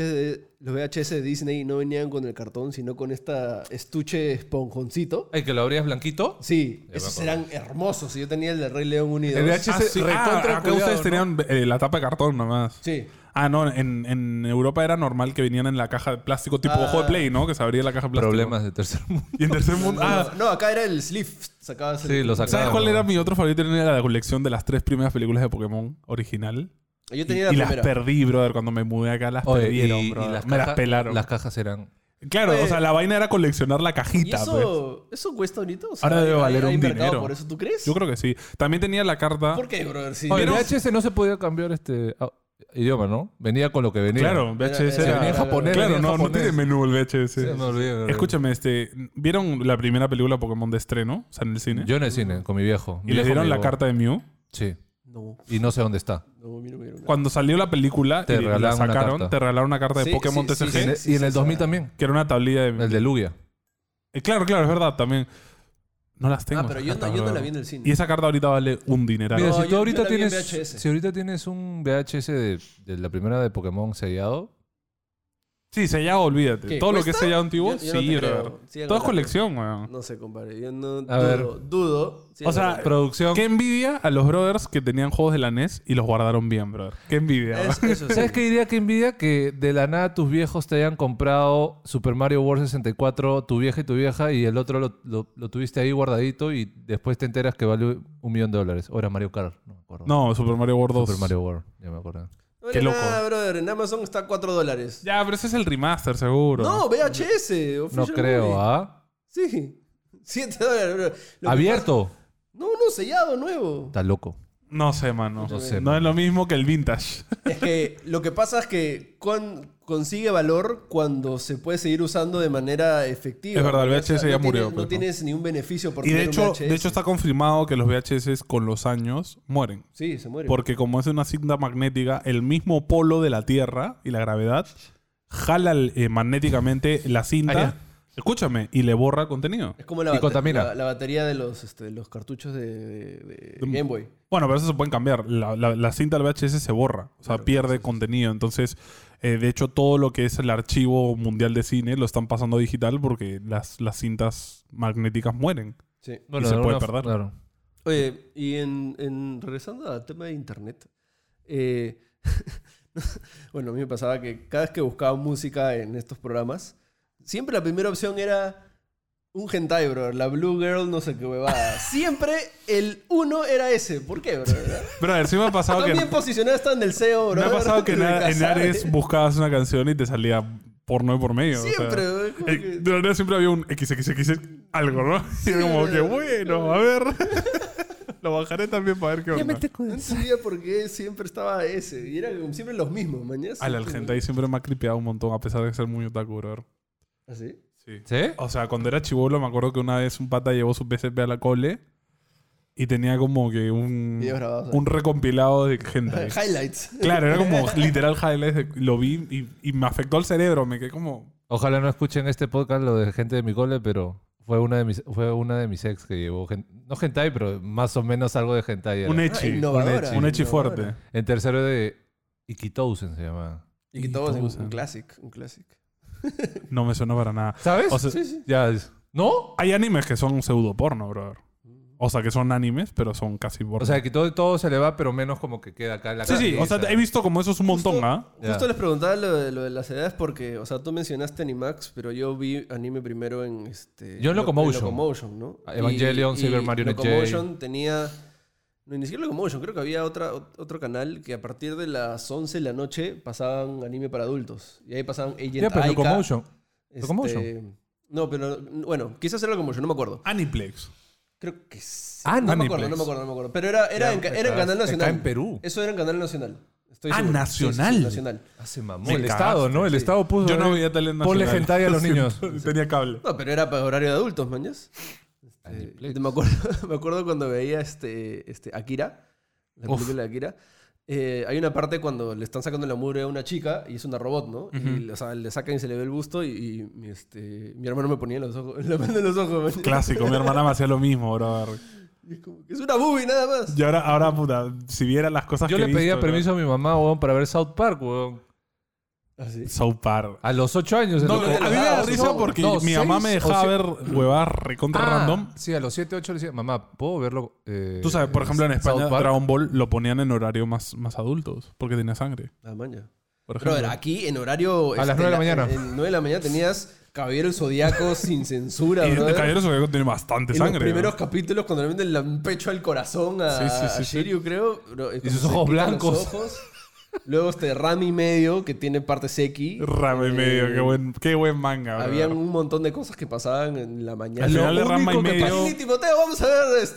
VHS de Disney no venían con el cartón, sino con esta estuche esponjoncito. Ay, que lo abrías blanquito. Sí, me esos acuerdo. eran hermosos. Yo tenía el de Rey León 1 y 2. El VHS Ah, sí. recontra acá cuidado, ustedes ¿no? tenían la tapa de cartón nomás. Sí. Ah, no, en Europa era normal que venían en la caja de plástico, tipo Ah. juego de Play, ¿no? Que se abría la caja de plástico. Problemas de tercer mundo. Y en tercer mundo. No, acá era el sleeve. Sacabas Sí, lo sacaba. ¿Sabes cuál no. era mi otro favorito? Era la colección de las 3 primeras películas de Pokémon original. Yo tenía y la las primera. perdí, brother. Cuando me mudé acá las Oye, perdieron, brother. Me las pelaron. Las cajas eran... Claro, Oye. o sea, la vaina era coleccionar la ¿Y cajita, pues. eso cuesta ahorita? O sea, Ahora debe valer hay un mercado dinero. por eso, ¿tú crees? Yo creo que sí. También tenía la carta. ¿Por qué, brother? Sí. Oye, el Pero- VHS no se podía cambiar idioma, ¿no? Venía con lo que venía. Claro, VHS Era- era. venía japonés, Claro, venía no japonés. tiene menú el VHS. Sí, me olvidé. Escúchame, ¿vieron la primera película Pokémon de estreno? O sea, en el cine. Yo en el cine, con mi viejo. Mi ¿Y les viejo dieron me la llevó. carta de Mew? Sí. No, Y no sé dónde está. no, mira, mira. Cuando salió la película Te y la regalaron una sacaron, carta. te regalaron una carta de Sí, Pokémon sí, TCG, sí, Y en el- sí, y en el esa- 2000 también. que era una tablilla de... El de Lugia. Claro, es verdad, también. No las tengo. Ah, pero esas yo no cartas, la brother. vi en el cine. Y esa carta ahorita vale un dineral. Mira, No, si yo- tú ahorita yo la vi en tienes... VHS. Si ahorita tienes un VHS de la primera de Pokémon sellado... Sí, sellado, olvídate. ¿Qué, Todo lo que es cuesta? sellado antiguo, Yo no sí, te brother. creo. Sí, Todo es no, colección, weón. No sé, compadre. Yo no A ver. dudo. Sí, O sea, no, Producción... Qué envidia a los brothers que tenían juegos de la NES y los guardaron bien, brother. Qué envidia. eso sí. ¿Sabes qué diría que envidia? Que de la nada tus viejos te hayan comprado Super Mario World 64, tu vieja y tu vieja, y el otro lo tuviste ahí guardadito y después te enteras que vale $1.000.000. O era Mario Kart, no me acuerdo. No, Super Mario World 2. Super Mario World, ya me acuerdo. No Qué vale loco. nada, brother. En Amazon está $4. Ya, pero ese es el remaster, seguro. No, VHS. No official creo, movie. ¿ah? Sí. $7, brother. Lo que ¿Abierto? pasa- No, sellado, nuevo. Está loco. No sé, mano. No sé, No es lo mismo que el vintage. Es que lo que pasa es que consigue valor cuando se puede seguir usando de manera efectiva. Es verdad, el O sea, VHS ya no murió, tienes- pues, no ¿no? tienes ni un beneficio por Y de tener un hecho, VHS. está confirmado que los VHS con los años mueren. Sí, se muere. Porque como es una cinta magnética, el mismo polo de la Tierra y la gravedad jala magnéticamente la cinta. Ah, Escúchame, y le borra el contenido. Es como Y contamina. la batería de los cartuchos de Game Boy. Bueno, pero eso se pueden cambiar. La cinta del VHS se borra. O sea, Claro, pierde sí. contenido. Entonces, de hecho, todo lo que es el archivo mundial de cine lo están pasando a digital porque las cintas magnéticas mueren. Sí. Y se puede perder. Claro. Oye, y regresando al tema de internet, bueno, a mí me pasaba que cada vez que buscaba música en estos programas, siempre la primera opción era un hentai, bro, la Blue Girl, no sé qué huevada. Siempre el uno era ese. ¿Por qué, bro? Pero a ver, sí me ha pasado Están que... bien posicionados, están en el SEO, bro. Me ha pasado que en Casabe. Ares buscabas una canción y te salía porno de por medio. o sea, Siempre, bro. es como que- de verdad siempre había un XXX algo, ¿no? Y era como que, bueno, a ver. Lo bajaré también para ver qué onda. No entendía por qué siempre estaba ese. Y era como siempre los mismos, mañana. Al hentai siempre me ha cripeado un montón, a pesar de ser muy otaku, bro. ¿Así? Sí. ¿Sí? O sea, cuando era chibolo me acuerdo que una vez un pata llevó su PSP a la cole y tenía como que Videos grabados. un recompilado de hentai. Highlights. Claro, era como literal highlights. Lo vi y me afectó el cerebro. Me quedé como... Ojalá no escuchen este podcast lo de gente de mi cole, pero fue una de mis ex que llevó... No hentai, pero más o menos algo de hentai. Era. Un echi. innovadora, Un echi innovadora. fuerte. En tercero de Ikitousen se llama. Y que todos todos, un classic, un classic. No me suena para nada. ¿Sabes? O sea, Sí, sí. Ya es- ¿No? hay animes que son pseudo porno, brother. O sea, que son animes, pero son casi porno. O sea, que todo se le va, pero menos como que queda acá en la sí, sí. O sea, he visto como eso es un montón, ¿ah? Ya. Justo les preguntaba lo de las edades porque, o sea, tú mencionaste Animax, pero yo vi anime primero en Yo en Locomotion. Locomotion, ¿no? Evangelion, Cyber Marionette Locomotion tenía No, ni siquiera Locomotion. Creo que había otro canal que a partir de las 11 de la noche pasaban anime para adultos. Y ahí pasaban Agent Ya, pero Aika. Locomotion. este, Locomotion. No, pero bueno, quizás era Locomotion, no me acuerdo. Aniplex. Creo que sí. Aniplex. No me acuerdo. Pero era en Canal Nacional. Acá en Perú. Eso era en Canal Nacional. Estoy Ah, seguro. nacional. Sí, nacional. Hace mamón. Me El cagaste, Estado, ¿no? El sí. Estado puso. Yo no veía tele nacional. Ponle hentai a los niños. Tenía cable. No, pero era para horario de adultos, mañas. Aniplex. Me acuerdo cuando veía Akira, la película de Akira. Hay una parte cuando le están sacando la mugre a una chica y es una robot, ¿no? Y o sea, le sacan y se le ve el busto y mi hermano me ponía los ojos, la mano en los ojos. mañas. Clásico. Mi hermana me hacía lo mismo, bro. Y es como que es una movie nada más. Y ahora, puta, si viera las cosas Yo que le he pedía visto, permiso a mi mamá, weón, para ver South Park, weón. Así. ¿no? South Park. A los 8 años. No, lo a que- mí me da no, risa porque no, mi mamá me 6 o dejaba ver 7. huevadas recontra random. Sí, a los 7, 8 le decía, mamá, ¿puedo verlo? Tú sabes, por ejemplo, en España South Park? Dragon Ball lo ponían en horario más adultos porque tenía sangre. Ah, maña. Por ejemplo. Brother, aquí en horario... A las 9 de la mañana. En 9 de la mañana tenías Caballero del Zodíaco sin censura, Y de brother. Caballeros Zodíaco tiene bastante En sangre. los primeros ¿no? capítulos, cuando le meten el pecho al corazón a, Sí, sí, sí, a Shiryu, creo. bro, Y cuando sus se ojos quitan blancos. los ojos. Luego Rami medio, que tiene parte Seki. Rama y medio, qué buen manga. bro. Habían un montón de cosas que pasaban en la mañana. Al final de Rama y único que medio. Martín y Timoteo, vamos a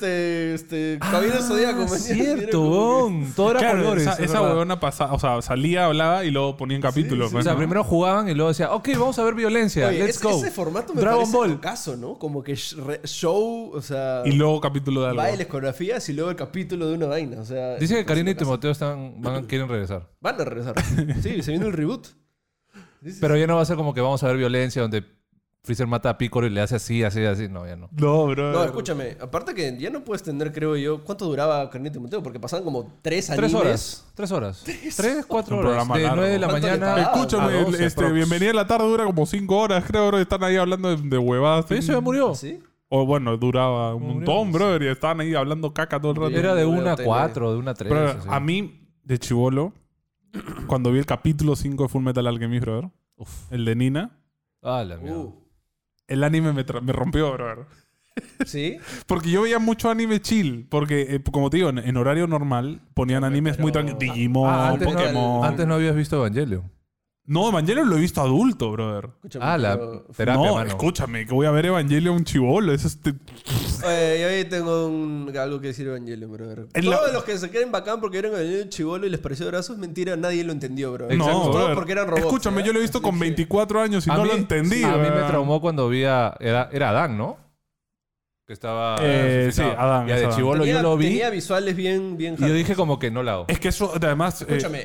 ver Caballero del Zodíaco. mañana. Cierto, Era como que- weón. Todo era Claro, colores. es esa verdad. huevona pasaba, o sea, salía, hablaba y luego ponían capítulos. sí, pues, O sea, ¿no? primero jugaban y luego decía, ok, vamos a ver violencia. Oye, Let's go. ese formato me Dragon parece Ball. caso, ¿no? Como que show, o sea... Y luego capítulo de algo. bailes, coreografías y luego el capítulo de una vaina. O sea, Dice que Karina y Caso. Timoteo quieren regresar. Van a regresar. Sí, se viene el reboot. Pero ya no va a ser como que vamos a ver violencia donde Freezer mata a Piccolo y le hace así. No, ya no. No, bro. No, escúchame. Aparte que ya no puedes tener, creo yo... ¿Cuánto duraba Karina y Timoteo? Porque pasaban como 3 animes. 3 horas. 3 horas. 3, 4 Un horas. programa De largo. 9 de la ¿Cuánto le mañana. pagaban? Escúchame, a 12 aprox. Bienvenida a la tarde dura como 5 horas, creo, bro. Están ahí hablando de huevadas. Pero eso ya murió. ¿Sí? O bueno, duraba un Murió, montón, brother. Y estaban ahí hablando caca todo el rato. Era de Murió 1 a tele. 4, de 1 a 3. Pero así. a mí, de chivolo, cuando vi el capítulo 5 de Full Metal Alchemist, brother, Uf. el de Nina, Ah, la mierda. el anime me rompió, brother. ¿Sí? Porque yo veía mucho anime chill. Porque, como te digo, en horario normal ponían animes muy tranquilos. Digimon, Antes Pokémon. no habías visto Evangelion. No, Evangelion lo he visto adulto, brother. Escúchame. Ah, la pero- terapia, No, mano. escúchame, que voy a ver Evangelion chivolo. Eso es Oye, yo ahí tengo algo que decir de Evangelion, brother. En la- Todos los que se creen bacán porque eran Evangelion chivolo y les pareció brazo es mentira. Nadie lo entendió, bro. No, Todo brother. porque eran robots. Escúchame, ¿ya? yo lo he visto con 24 años y A no mí- lo entendí. A mí me brother. traumó cuando vi a... Era Adán, ¿no? Que estaba... Sí, Adán, Ya es de Adán. chivolo yo lo vi Tenía visuales bien y yo dije como que no la hago. Es que eso, además... Escúchame,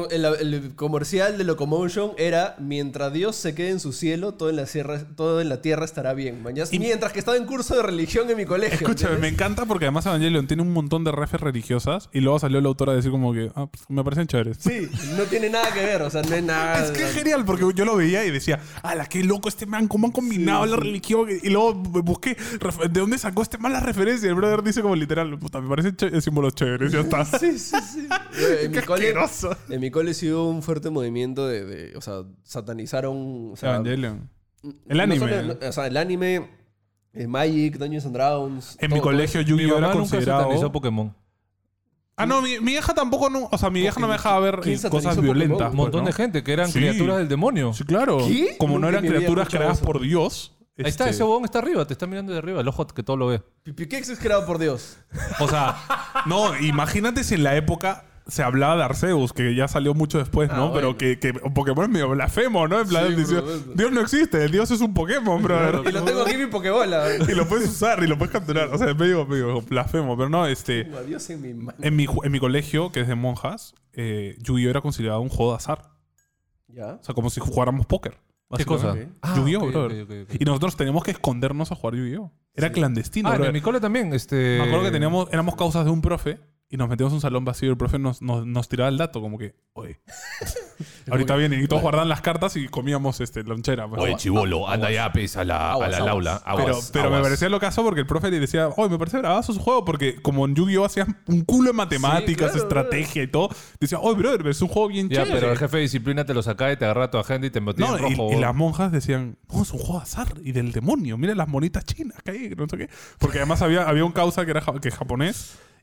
el comercial de Locomotion era mientras Dios se quede en su cielo, todo en la tierra estará bien. Mañana, Y- mientras que estaba en curso de religión en mi colegio. escúchame, me ¿entiendes? encanta porque además Evangelion tiene un montón de refes religiosas y luego salió la autora a decir como que, pues, me parecen chéveres. Sí, no tiene nada que ver, o sea, no es nada. Es que es genial, porque yo lo veía y decía, ¡ala, qué loco este man! ¿Cómo han combinado la religión? Y luego busqué, ¿de dónde sacó este man la referencia? El brother dice como literal, puta, me parecen símbolos chéveres, ya está. Sí, sí, sí. En Qué mi cole, asqueroso. en mi cole sí hubo un fuerte movimiento o sea, satanizaron. O sea, Evangelion. El no anime. solo- o sea, el anime, Magic, Dungeons and Dragons. En mi todo colegio Mi Yu-Gi-Oh era mamá nunca considerado... satanizó Pokémon. Ah, no, mi vieja tampoco, o sea, mi vieja no me dejaba ver ¿Quién satanizó cosas Pokémon? violentas. Un pues, montón ¿no? de gente que eran Sí. criaturas del demonio. Sí, claro. ¿Qué? Como no Nunca eran en mi vida he criaturas escuchado creadas eso. por Dios. Ahí está, ese huevón está arriba, te está mirando de arriba. El ojo que todo lo ve. Pipiquex es creado por Dios. O sea, no, imagínate si en la época se hablaba de Arceus, que ya salió mucho después, ¿no? bueno. Pero que Pokémon es medio blasfemo, ¿no? En plan, Sí, diciendo, bro. Dios no existe, Dios es un Pokémon, brother. Y lo tengo aquí en mi Pokébola. Y lo puedes usar y lo puedes capturar. O sea, es medio blasfemo. Pero no, Tengo a Dios en mi mano. en mi colegio, que es de monjas, Yu-Gi-Oh era considerado un juego de azar. ¿Ya? O sea, como si jugáramos póker. ¿Qué cosa? básicamente. Ok. Yu-Gi-Oh, ok, brother. ok, ok. Y nosotros teníamos que escondernos a jugar Yu-Gi-Oh. Era clandestino, Ah, brother. en mi cole también. Me acuerdo que éramos causas de un profe y nos metíamos en un salón vacío y el profe nos tiraba el dato, como que, oye, ahorita vienen y todos guardaban las cartas y comíamos lonchera. pues. Oye, chivolo, anda ya, pues, a la aula. Pero me parecía lo caso porque el profe le decía, oye, me parece bravazo su juego, porque como en Yu-Gi-Oh hacían un culo de matemáticas, Sí, claro, estrategia y todo, decía, oye, brother, es un juego bien Ya, chévere. pero el jefe de disciplina te lo saca y te agarra a tu agenda y te metía No, en rojo. y las monjas decían, no, es un juego de azar y del demonio. Mira las monitas chinas que hay, no sé qué. Porque además había un causa que era que es japonés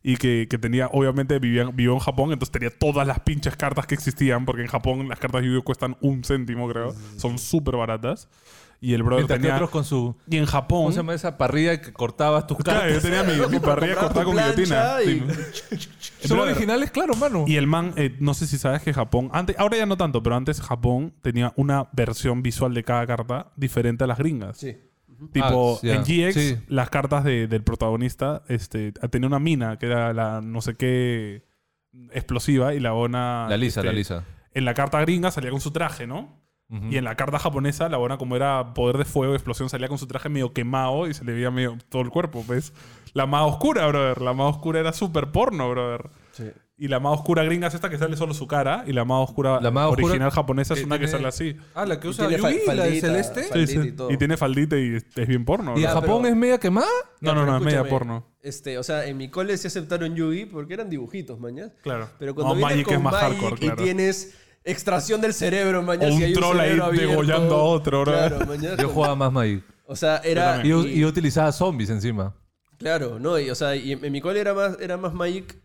y que tenía, obviamente vivió en Japón, entonces tenía todas las pinches cartas que existían, porque en Japón las cartas Yu-Gi-Oh cuestan 1 céntimo, creo. Son súper baratas. Y el brother Mientras que tenía... otros con su... Y en Japón... ¿Cómo se llama esa parrilla que cortabas tus Claro, yo cartas? tenía mi parrilla Comprabas cortada tu con guillotina. plancha Sí. Son Brother, originales, claro, mano. y el man, no sé si sabes que Japón, antes, ahora ya no tanto, pero antes Japón tenía una versión visual de cada carta diferente a las gringas. Sí. Tipo, ya. en GX, Sí. las cartas del protagonista tenía una mina que era la no sé qué explosiva y la bona... La lisa. En la carta gringa salía con su traje, ¿no? Ujú. Y en la carta japonesa, la bona, como era poder de fuego, explosión, salía con su traje medio quemado y se le veía medio todo el cuerpo, ¿ves? La más oscura, brother. La más oscura era súper porno, brother. Sí. Y la más oscura gringa es esta que sale solo su cara. Y la más oscura La más oscura original japonesa es una que tiene- sale así. Ah, la que Y usa tiene Yui, la de faldita, celeste. faldita y todo. Y tiene faldita y es bien porno. ¿Y en brother. Japón pero- es media quemada? No, pero es media escúchame, porno. O sea, en mi cole sí aceptaron Yugi porque eran dibujitos, mañas. Claro. Pero cuando No, vienes Magic con es más Magic hardcore, claro. y tienes extracción del cerebro, mañas. O un y hay troll ahí cerebro abierto, degollando a otro, bro. Claro, mañas. Yo jugaba más Magic. O sea, era... también. Y yo utilizaba zombies encima. Claro, no, y, o sea, y en mi cole era más Magic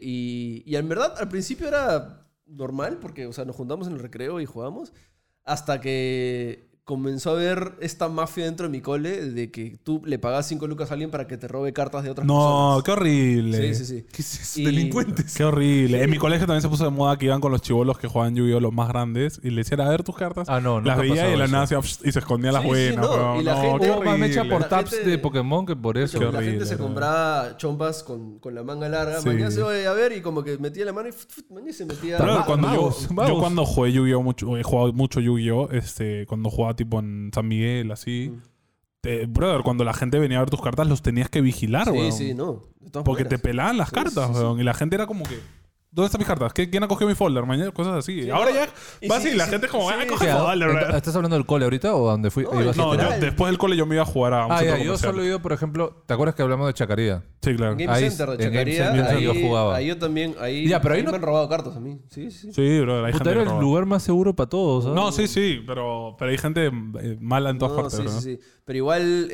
y en verdad al principio era normal porque, o sea, nos juntamos en el recreo y jugamos hasta que comenzó a haber esta mafia dentro de mi cole de que tú le pagas 5 lucas a alguien para que te robe cartas de otras No, personas. qué horrible. Sí, sí, sí. ¿Qué es eso? Y- Delincuentes. Qué horrible. En mi colegio también se puso de moda que iban con los chibolos que jugaban Yu-Gi-Oh! Los más grandes y le decían a ver tus cartas. Ah, no, nunca las veía ha y de la pasado nada eso. hacía, y se escondían las Sí, sí, buenas. no. weón. Y la No, gente- qué Hubo más mecha horrible. por La taps gente- de Pokémon que por eso. Qué La horrible, gente se bro. compraba chompas con la manga larga, Sí. mañana se oye a ver y como que metía la mano y mañana se metía... Pero Ma- cuando magos, yo magos. cuando jugué Yu-Gi-Oh! Mucho, he jugado mucho Yu-Gi-Oh! Cuando jugaba tipo en San Miguel, así. Brother, cuando la gente venía a ver tus cartas, los tenías que vigilar, Sí, weón. sí, no. De todas Porque te maneras. pelaban las Sí, cartas, sí, sí. weón. Y la gente era como que... ¿Dónde están mis cartas? ¿Quién ha cogido mi folder? Mañana, cosas así. Sí, Ahora no. ya Y vas sí, y la sí, gente es como, sí, ¡ah, sí. coge ¿Qué? folder, brother! ¿Estás hablando del cole ahorita o a dónde fui? No, ibas a No, entrenar? literal. después del cole yo me iba a jugar a un Ah, centro ya, yo comercial. solo he ido, por ejemplo, ¿te acuerdas que hablamos de Chacaría? Sí, claro. Game Ahí- Center de en Game Chacaría, Center ahí, yo jugaba. ahí yo también, ahí, Ya, pero ahí ahí no- me han robado cartas a mí. Sí, sí. Sí, brother, hay Puta, gente era que el roba. lugar más seguro para todos. ¿sabes? No, sí, pero hay gente mala en todas No, partes, sí, ¿no? sí, sí. Pero igual,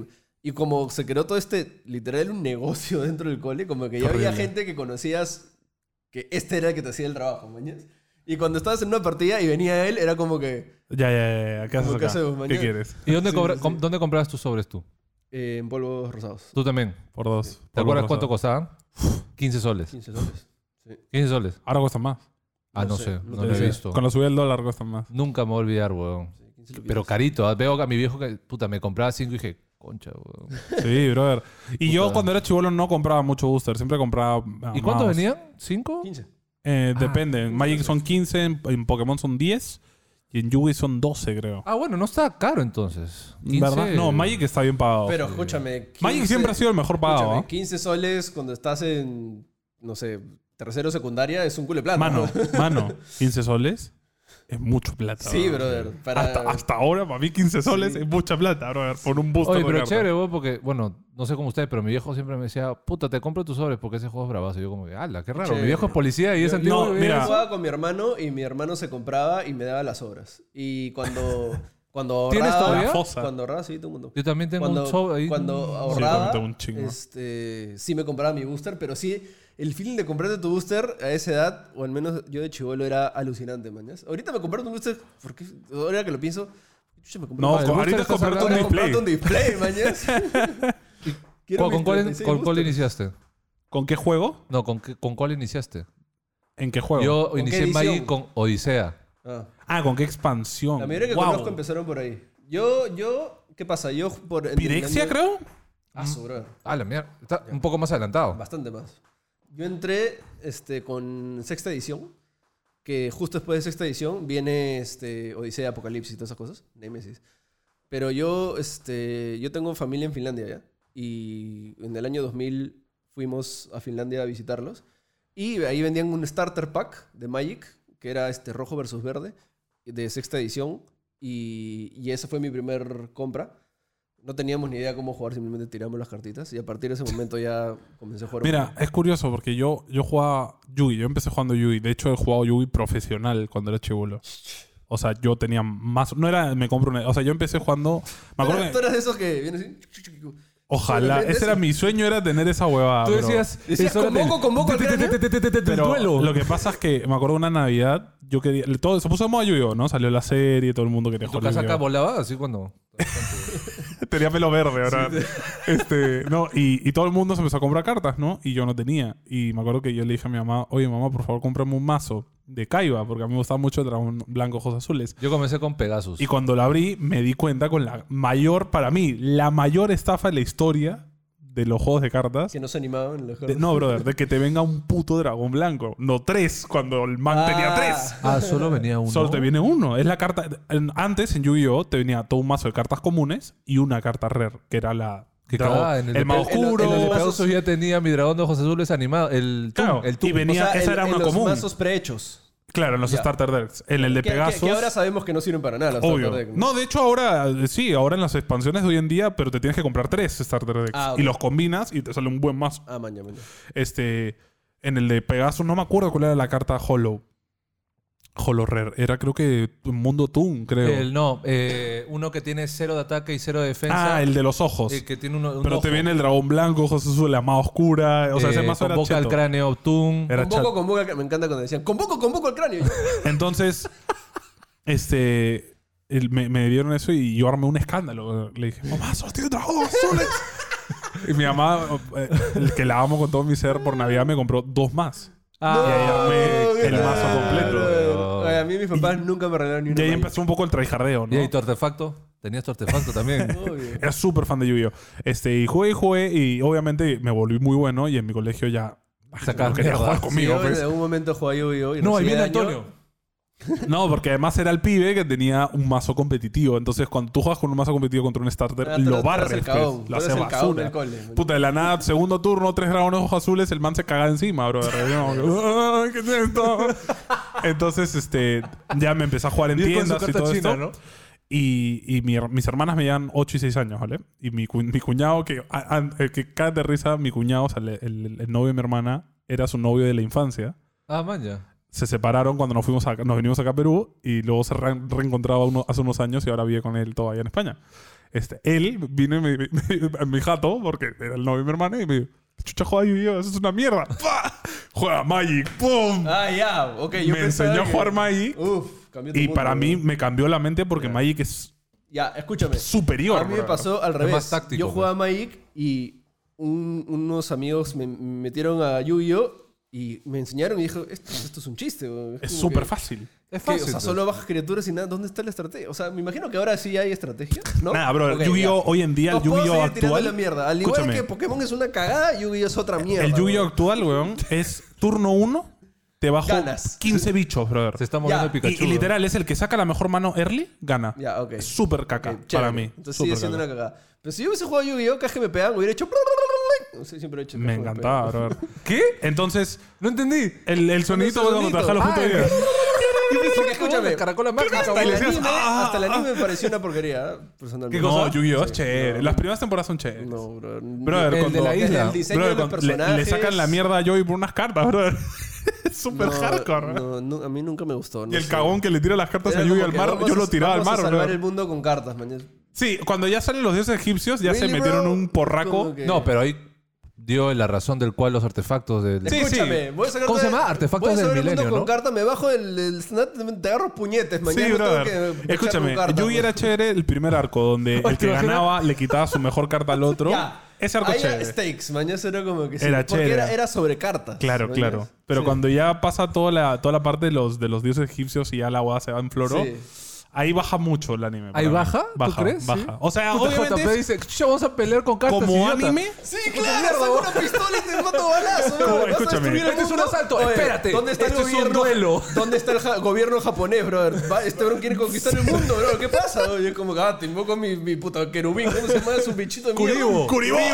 y como se creó todo literal un negocio dentro del cole, como que ya había Horrible. gente que conocías que este era el que te hacía el trabajo, mañas. Y cuando estabas en una partida y venía él, era como que Ya. ¿Qué haces ¿Cómo que acá? hacemos ¿Qué mañana? quieres? ¿Y dónde, Sí, sí, sí. dónde comprabas tus sobres tú? en polvos rosados. Tú también. Por 2. ¿Te acuerdas cuánto costaban? 15 soles. 15 soles. Sí. 15 soles. Ahora cuestan más. Ah, no No sé. sé, No no lo he sé. visto. Con la subida del dólar cuestan más. Nunca me voy a olvidar, weón. Sí, 15 luquitas. Pero carito. Veo a mi viejo que, puta, me compraba 5 y dije, concha, weón. Sí, brother. Y yo Puta. cuando era chivolo no compraba mucho booster. Siempre compraba ¿Y cuántos mouse. venían? ¿5? 15. Depende. En Magic son 15, en Pokémon son 10 y en Yu-Gi son 12, creo. Ah, bueno, no está caro entonces. 15. ¿Verdad? No, Magic está bien pagado. Pero escúchame. Magic siempre ha sido el mejor pagado. Escúchame, ¿ah? 15 soles cuando estás en, no sé, tercero secundaria es un culo de plata. Mano, ¿no? mano, 15 soles es mucho plata. Sí, bro. brother. Para... Hasta ahora, para mí 15 soles Sí. es mucha plata, brother, por un booster Oye, de pero cartas. chévere, weón, porque, bueno, no sé cómo ustedes, pero mi viejo siempre me decía, puta, te compro tus sobres porque ese juego es bravazo. Y yo como que, ala, qué raro. Chévere. Mi viejo es policía y es Yo- antiguo. no, y mira. Yo eso. jugaba con mi hermano y mi hermano se compraba y me daba las obras. Y cuando ahorraba... ¿Tienes todavía? La fosa. Cuando ahorraba, sí, todo el mundo. Yo también tengo Cuando, un sobre ahí. cuando también ahorraba, tengo un chingo. sí me compraba mi booster, pero sí, el feeling de comprarte tu booster a esa edad, o al menos yo de chivolo, era alucinante, mañas. Ahorita me compré un booster, porque ahora que lo pienso, chucha, me compré No, un el booster. ahorita es estás comprarte un Ahora display. comprarte un display, mañas. Quiero ¿Con, mis cuál, 36 con cuál boosters. iniciaste? ¿Con qué juego? No, ¿con cuál iniciaste? ¿En qué juego? Yo ¿Con inicié qué en Magic edición? con Odisea. Ah, ¿con qué expansión? la mayoría que Guau. conozco empezaron por ahí. ¿Qué pasa? Yo por... ¿Pirexia, creo? Ah, su brother. Ah, la mierda. Está un poco más adelantado. Bastante más. Yo entré con sexta edición, que justo después de sexta edición viene Odisea, Apocalipsis y todas esas cosas, Nemesis. Pero yo tengo familia en Finlandia ya, y en el año 2000 fuimos a Finlandia a visitarlos, y ahí vendían un starter pack de Magic, que era rojo versus verde, de sexta edición, y esa fue mi primer compra. No teníamos ni idea cómo jugar, simplemente tiramos las cartitas. Y a partir de ese momento ya comencé a jugar. Mira, es curioso porque yo jugaba Yugi. Yo empecé jugando Yugi. De hecho, he jugado Yugi profesional cuando era chibolo. O sea, yo tenía más... No era me compro una... O sea, yo empecé jugando... Me acuerdo Tú que... eras de esos que vienen así... Ojalá. Solamente Ese era eso. mi sueño, era tener esa huevada. Tú bro. decías... Decías, es hora del- convoco al cráneo. del Pero duelo. lo que pasa es que me acuerdo una Navidad, yo quería. Todo se puso de moda Yu-Gi-Oh, ¿no? Salió la serie, todo el mundo quería ¿Tu jugar casa acá Yu-Gi-Oh. volaba? Así cuando... Tenía pelo verde, ¿verdad? No, y todo el mundo se empezó a comprar cartas, ¿no? Y yo no tenía. Y me acuerdo que yo le dije a mi mamá, oye, mamá, por favor, cómprame un mazo de Kaiba, porque a mí me gustaba mucho el dragón blanco, ojos azules. Yo comencé con Pegasus. Y cuando lo abrí, me di cuenta con la mayor, para mí, la mayor estafa de la historia de los juegos de cartas. Que no se animaban. No, brother, de que te venga un puto dragón blanco. No 3, cuando el man tenía 3. Ah, solo venía uno. Solo te viene uno. Es la carta. Antes en Yu-Gi-Oh! Te venía todo un mazo de cartas comunes y una carta rare, que era la. Que en el el más oscuro. En el de mazos- Pegasus ya tenía mi dragón de ojos azules animado. El Claro, Toon. y venía- esa era una los común. mazos prehechos. Claro, en los Ya. starter decks. En el de Pegasus. Que ahora sabemos que no sirven para nada los Obvio. starter decks, No, de hecho ahora sí, ahora en las expansiones de hoy en día, pero te tienes que comprar 3 starter decks. Ah, ok. Y los combinas y te sale un buen mazo. Ah, mañana. En el de Pegasus, no me acuerdo cuál era la carta Hollow. Hollow Rare. Era creo que Mundo Toon, creo. Uno que tiene 0 de ataque y 0 de defensa. El de los ojos. Que tiene un Pero te ojo. viene el dragón blanco, ojos azules, la más oscura. O sea, ese mazo era convoca al cheto. cráneo Toon. Era chato. Convoco al cráneo. Me encanta cuando decían, convoco al cráneo. Entonces, me dieron eso y yo armé un escándalo. Le dije, mamá, solo tiene dragones azules. Y mi mamá, el que la amo con todo mi ser, por Navidad me compró 2 más. Y ahí armé el mazo completo. Oye, a mí mis papás nunca me regalaron ni una. Y ahí Magic. empezó un poco el tryhardeo, ¿Y ahí ¿no? tu artefacto? ¿Tenías tu artefacto también? Obvio. Era súper fan de Yu-Gi-Oh! Y jugué y obviamente me volví muy bueno y en mi colegio ya Sacabas no quería mierda. jugar Sí, conmigo. yo Pues. en algún momento jugué a Yu-Gi-Oh! No, ahí recibí viene daño. Antonio. No, porque además era el pibe que tenía un mazo competitivo. Entonces, cuando tú juegas con un mazo competitivo contra un starter, Ah, tú lo eres barres, el pues, cagón. lo Tú hace eres el cagón basura. del cole, man. Puta, de la nada, segundo turno, 3 dragones ojos azules, el man se caga encima, bro. Ay, ¿qué es esto? Entonces, ya me empecé a jugar en Y con su tiendas y carta todo china, esto. ¿no? Y mis hermanas me llevan 8 y 6 años, ¿vale? Y mi cuñado, que cae de risa, mi cuñado, o sea, el novio de mi hermana, era su novio de la infancia. Ah, man, ya. Se separaron cuando nos venimos acá a Perú y luego se reencontraba hace unos años y ahora vive con él todavía en España. Él vino en mi jato, porque era el novio de mi hermana, y me dijo, chucha, juega Yu-Gi-Oh! Eso es una mierda. ¡Pah! Juega Magic. ¡Pum! Ah, ya. Ok, yo Me pensaba enseñó a que- jugar Magic Uf, cambió tu y mundo, para bro. mí me cambió la mente porque Magic es Ya, escúchame. superior. A mí me bro. pasó al Es revés. más táctico, Yo pues. jugaba Magic y unos amigos me metieron a Yu-Gi-Oh! Y me enseñaron y dijo, esto es un chiste. Bro. Es como súper que- fácil. Es ¿Qué? fácil. O sea, pues. solo bajas criaturas y nada. ¿Dónde está la estrategia? O sea, me imagino que ahora sí hay estrategia, ¿no? Nada, bro. Ok, Yu-Gi-Oh! ya. Hoy en día, el Nos puedo Yu-Gi-Oh! seguir tirando la actual. mierda. Al igual Escúchame. que Pokémon es una cagada, Yu-Gi-Oh! Es otra mierda. El Yu-Gi-Oh! bro. actual, weón, es turno 1, te bajo Ganas. 15 bichos, brother. Se está moviendo Ya, el Pikachu. Y literal, es el que saca la mejor mano early, gana. Ya, ok. Es súper caca Ok, chévere. para mí. Entonces Súper sigue siendo caca. una cagada. Pero si yo hubiese jugado Yu-Gi-Oh! Cada vez que me pegaban, hubiera hecho... No sé, siempre he hecho... Me encantaba, brother. ¿Qué? Entonces, No entendí. el sonidito ese cuando te baja los sonidito. puntos de vida. Porque escúchame, Caracola mágica. hasta Y el, le decías, anime, "Ah". hasta el anime me pareció una porquería, personalmente. ¿Qué No, cosa? Yu-Gi-Oh! es Sí, chévere. no. Las primeras temporadas son chéveres. No, bro. Brother, El cuando, de la isla. El diseño brother, de los cuando le personajes... sacan la mierda a Joey por unas cartas, brother. Es súper No, hardcore. no, a mí nunca me gustó. Y el cagón que le tira las cartas a Yugi al mar, yo lo tiraba al mar, Vamos a salvar bro. el mundo con cartas, man. Sí, cuando ya salen los dioses egipcios, ya se Really, metieron bro? un porraco. Como que- No, pero ahí dio la razón del cual los artefactos del... Sí, Escúchame, voy a sacar ¿Cómo se todo- llama? Artefactos voy a del sacar el mundo milenio, con ¿no? cartas, me bajo el snap, te agarro puñetes, man. Sí, Ya no tengo brother. que echar Escúchame, con cartas, Yugi man. era chévere el primer arco, donde el ¿te que imaginas? ganaba le quitaba su mejor carta al otro. Ya. Ese arco Ahí era chévere. stakes, man. Eso era como que sí. Era Porque chévere. era sobre cartas. Claro, ¿no? claro. Pero Sí. cuando ya pasa toda la parte de los dioses egipcios y ya la boda se va en floro, Sí. ahí baja mucho el anime. para ¿Ahí mí. baja? ¿Tú Baja, crees? baja. Sí. O sea, Puta, obviamente, JP dice, "Chucha, vamos a pelear con cartas, como idiota". anime, Sí, claro, saco una pistola y te mato balazo. Como, ¿Vas a escúchame. destruir el Este es un mundo? asalto. Espérate, ¿Dónde está este el es un gobierno? duelo. ¿Dónde está el gobierno japonés, brother? Este bro quiere conquistar el mundo, bro. ¿Qué pasa? Oye, como que, te invoco mi puta querubín. ¿Cómo se llama su bichito de mierda? Kuribo.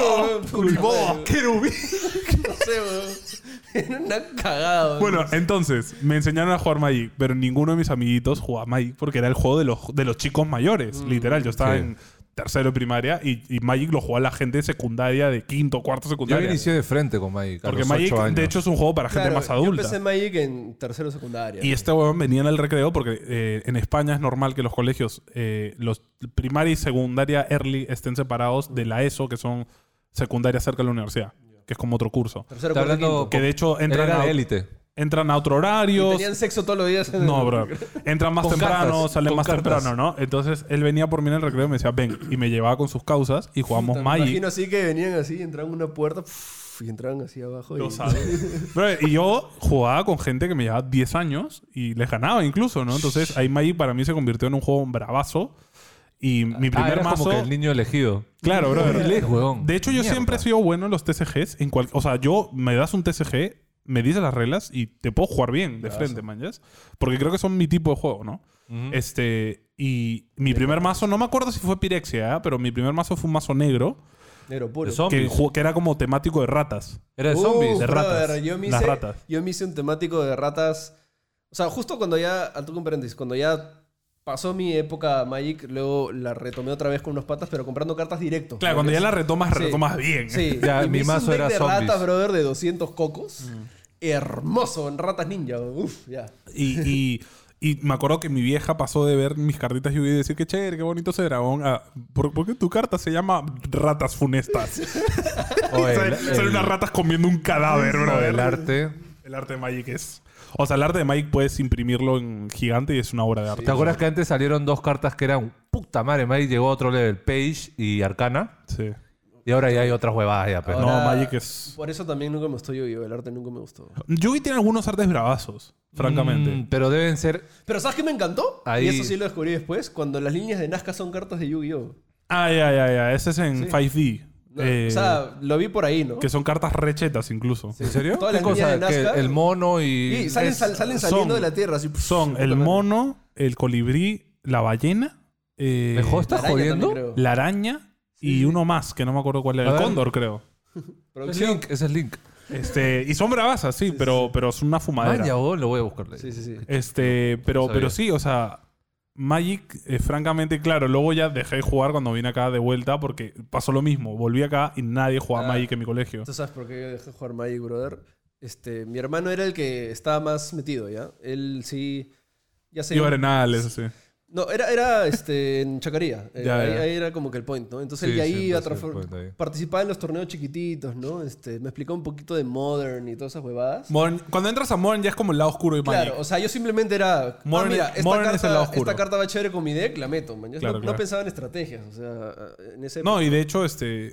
Kuribo. Querubín. No sé, bro. Era una cagada, bro. Bueno, entonces, me enseñaron a jugar Magic, pero ninguno de mis amiguitos jugaba Magic porque era el juego de los chicos mayores. Literal, yo estaba Sí. en tercero de primaria y Magic lo jugaba la gente de secundaria, de quinto, cuarto Yo secundaria. inicié de frente con Magic. a Porque los Magic, 8 años. de hecho, es un juego para gente Claro, más Yo adulta. empecé Magic en tercero de secundaria. Y este huevón venía en el recreo porque en España es normal que los colegios, los primaria y secundaria early estén separados de la ESO, que son secundaria cerca de la universidad, que es como otro curso. Tercero, Está cuarto, hablando quinto. Que de hecho Él era de élite. entran a otro horario. Y tenían sexo todos los días. No, bro. Entran más Con temprano, cartas, salen con más cartas. temprano, ¿no? Entonces él venía por mí en el recreo y me decía, ven. Y me llevaba con sus causas y jugamos Me Magic. imagino así que venían así, entraban a una puerta y entraban así abajo. Lo Y... sabes. Bro, y yo jugaba con gente que me llevaba 10 años y les ganaba incluso, ¿no? Entonces ahí Magic para mí se convirtió en un juego bravazo. Y mi primer era mazo... como que el niño elegido. Claro, bro. Inglés, huevón. De hecho, yo Mierda. siempre he sido bueno en los TCGs. O sea, yo me das un TCG, me dices las reglas y te puedo jugar bien de frente, man. ¿Yes? Porque creo que son mi tipo de juego, ¿no? Ujú. Y mi primer mazo, no me acuerdo si fue Pirexia, pero mi primer mazo fue un mazo negro Negro puro. De zombies. que era como temático de ratas. Era de zombies. de ratas. Brother, yo me Las hice, ratas. yo me hice un temático de ratas. O sea, justo cuando ya, al toque un paréntesis, cuando ya pasó mi época Magic, luego la retomé otra vez con unos patas, pero comprando cartas directo. Claro, cuando ya la retomas, Sí. retomas bien. Sí, Ya, y mi me hice mazo un deck era de zombies. ratas, brother, de 200 cocos. Hermoso, en ratas ninja. Uf, ya. Y me acuerdo que mi vieja pasó de ver mis cartitas Yu-Gi-Oh! Y decir, qué chévere, qué bonito ese dragón. ¿Por qué tu carta se llama Ratas Funestas? Oye, Son unas ratas comiendo un cadáver, bro. el arte. El arte de Magic es... O sea, el arte de Magic puedes imprimirlo en gigante y es una obra de arte. ¿Te acuerdas que antes salieron dos cartas que eran puta madre? Magic llegó a otro level, Page y Arcana. Sí. Y ahora ya hay otras huevadas ya, pero. No, Magic es... Por eso también nunca me gustó Yu-Gi-Oh! El arte nunca me gustó. Yu-Gi tiene algunos artes bravazos, francamente. Pero deben ser. Pero ¿sabes qué me encantó? Ahí- Y eso sí lo descubrí después. Cuando las líneas de Nazca son cartas de Yu-Gi-Oh! Ya. Ese es en 5D. No, o sea, lo vi por ahí, ¿no? Que son cartas rechetas incluso. ¿En serio? Todas ¿Qué las líneas cosa? de Que Nazca. el mono y. Y salen, salen son- saliendo de la tierra. Así, Son el mono, el colibrí, la ballena, ¿Me jodas? ¿Estás La araña jodiendo? también, creo. la araña y uno más, que no me acuerdo cuál era. A El ver. cóndor, creo. Es Producción. Link, ese es Link. Y son bravasas, sí, pero es una fumadera. Vaya, vos, lo voy a buscar. Sí. Pero sabía. sí, o sea, Magic, francamente, claro, luego ya dejé de jugar cuando vine acá de vuelta porque pasó lo mismo. Volví acá y nadie jugaba Magic en mi colegio. ¿Tú sabes por qué yo dejé de jugar Magic, brother? Mi hermano era el que estaba más metido, ¿ya? Él sí... Ya se Iba a Arenales, así. No, era en Chacaría. Ya. Ahí era como que el point, ¿no? Entonces Sí, él ya siempre iba ha sido el point ahí. participaba en los torneos chiquititos, ¿no? Me explicó un poquito de Modern y todas esas huevadas. Cuando entras a Modern ya es como el lado oscuro de Magic. Claro, o sea, yo simplemente era... Modern- mira, esta Modern carta, es el lado oscuro. esta carta va chévere con mi deck, la meto, man. Yo Claro, no claro. pensaba en estrategias, o sea, en ese... No, y de hecho,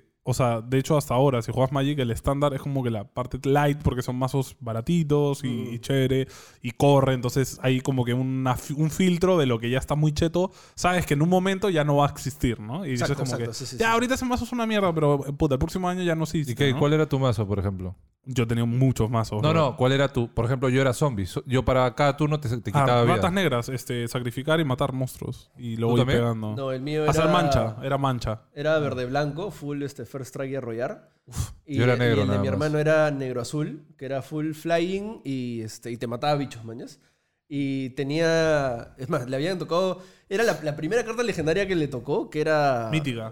de hecho hasta ahora, si juegas Magic, el estándar es como que la parte light porque son mazos baratitos y chévere y corre. Entonces hay como que un filtro de lo que ya está muy cheto. Sabes que en un momento ya no va a existir, ¿no? Y dices Exacto, como exacto, que, sí, ya, sí. ahorita ese mazo es una mierda, pero puta, el próximo año ya no existe. ¿Y qué? ¿no? ¿Cuál era tu mazo, por ejemplo? Yo tenía muchos mazos. No, bro. no, ¿cuál era tu? Por ejemplo, yo era zombie. Yo para cada turno te quitaba vida. ratas negras, sacrificar y matar monstruos. Y luego ¿Tú ir también? pegando. No, el mío era... Hacer mancha, era mancha. Era verde-blanco, full First Strike y arrollar. Y yo era negro, y el de nada mi más. hermano era negro-azul, que era full flying y te mataba bichos, mañas. Y tenía... Es más, le habían tocado... Era la primera carta legendaria que le tocó, que era... Mítica.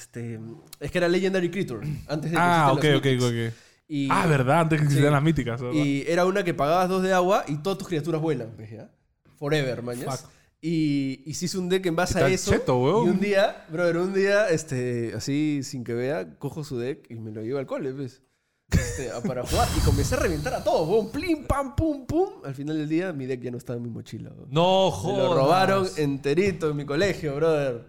Es que era Legendary Creature, antes de que Ok, existieran los ok. Mythics. Y, Verdad, antes que existieran sí. las míticas. ¿verdad? y era una que pagabas 2 de agua y todas tus criaturas vuelan, ¿ves ya? Forever, mañas. Fuck. Y se hizo un deck en base ¿Qué a tal eso. cheto, weón? Y un día, así sin que vea, cojo su deck y me lo llevo al cole, ¿ves? Para jugar. Y comencé a reventar a todos, weón. Plim, pam, pum, pum. Al final del día, mi deck ya no estaba en mi mochila, weón. No, Me joder. lo robaron enterito en mi colegio, brother.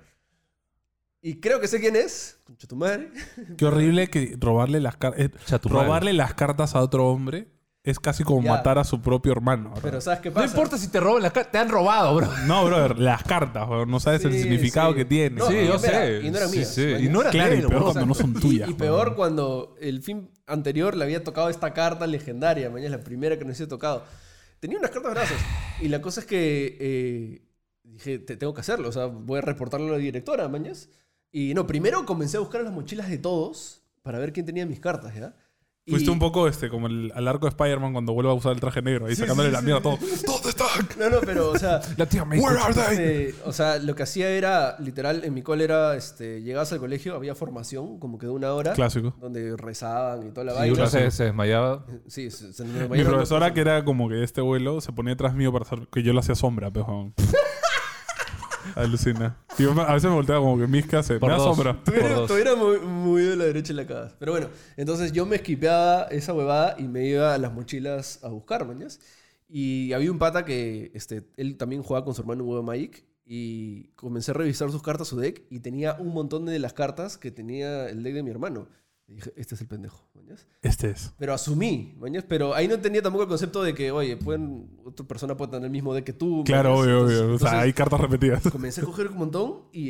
Y creo que sé quién es. Concha tu madre. Qué horrible que robarle las cartas. Chatumal. Robarle las cartas a otro hombre es casi como Ya. matar a su propio hermano. bro. Pero ¿sabes qué No pasa? importa si te roban las cartas, te han robado, bro. No, brother, las cartas, bro. No sabes el Sí, significado sí. que tiene. No, Sí, yo espera, sé. y no eran Sí, mías, sí. mañas. Y no era Claro, y de él, peor weón. cuando no son tuyas. Y peor cuando el fin anterior le había tocado esta carta legendaria, mañana, la primera que nos había tocado. Tenía unas cartas brazos. Y la cosa es que dije, tengo que hacerlo. O sea, voy a reportarlo a la directora, mañas. Y no, primero comencé a buscar en las mochilas de todos para ver quién tenía mis cartas, ¿ya? Fuiste un poco como al arco de Spider-Man cuando vuelve a usar el traje negro. Ahí sacándole la mierda a todo. ¿Dónde están? No, pero, o sea... La tía May. Where are they? o sea, lo que hacía era, literal, en mi cole era, llegabas al colegio, había formación, como que de 1 hora. Clásico. Donde rezaban y toda la Y vaina. uno se desmayaba. Sí, se Mi profesora, que era como que este vuelo, se ponía detrás mío para hacer que yo le hacía sombra, pero alucina. Y yo a veces me volteaba como que Miska se me da sombra. Tú eras muy de la derecha en la casa. Pero bueno, entonces yo me esquipeaba esa huevada y me iba a las mochilas a buscar, mañas. Y había un pata que él también jugaba con su hermano un huevo Magic. Y comencé a revisar sus cartas, su deck. Y tenía un montón de las cartas que tenía el deck de mi hermano. Y dije, este es el pendejo, mañas. Este es. Pero asumí, mañas. Pero ahí no tenía tampoco el concepto de que, oye, otra persona puede tener el mismo deck que tú. Claro, mañas. obvio. Entonces, O sea, hay cartas repetidas. comencé a coger un montón y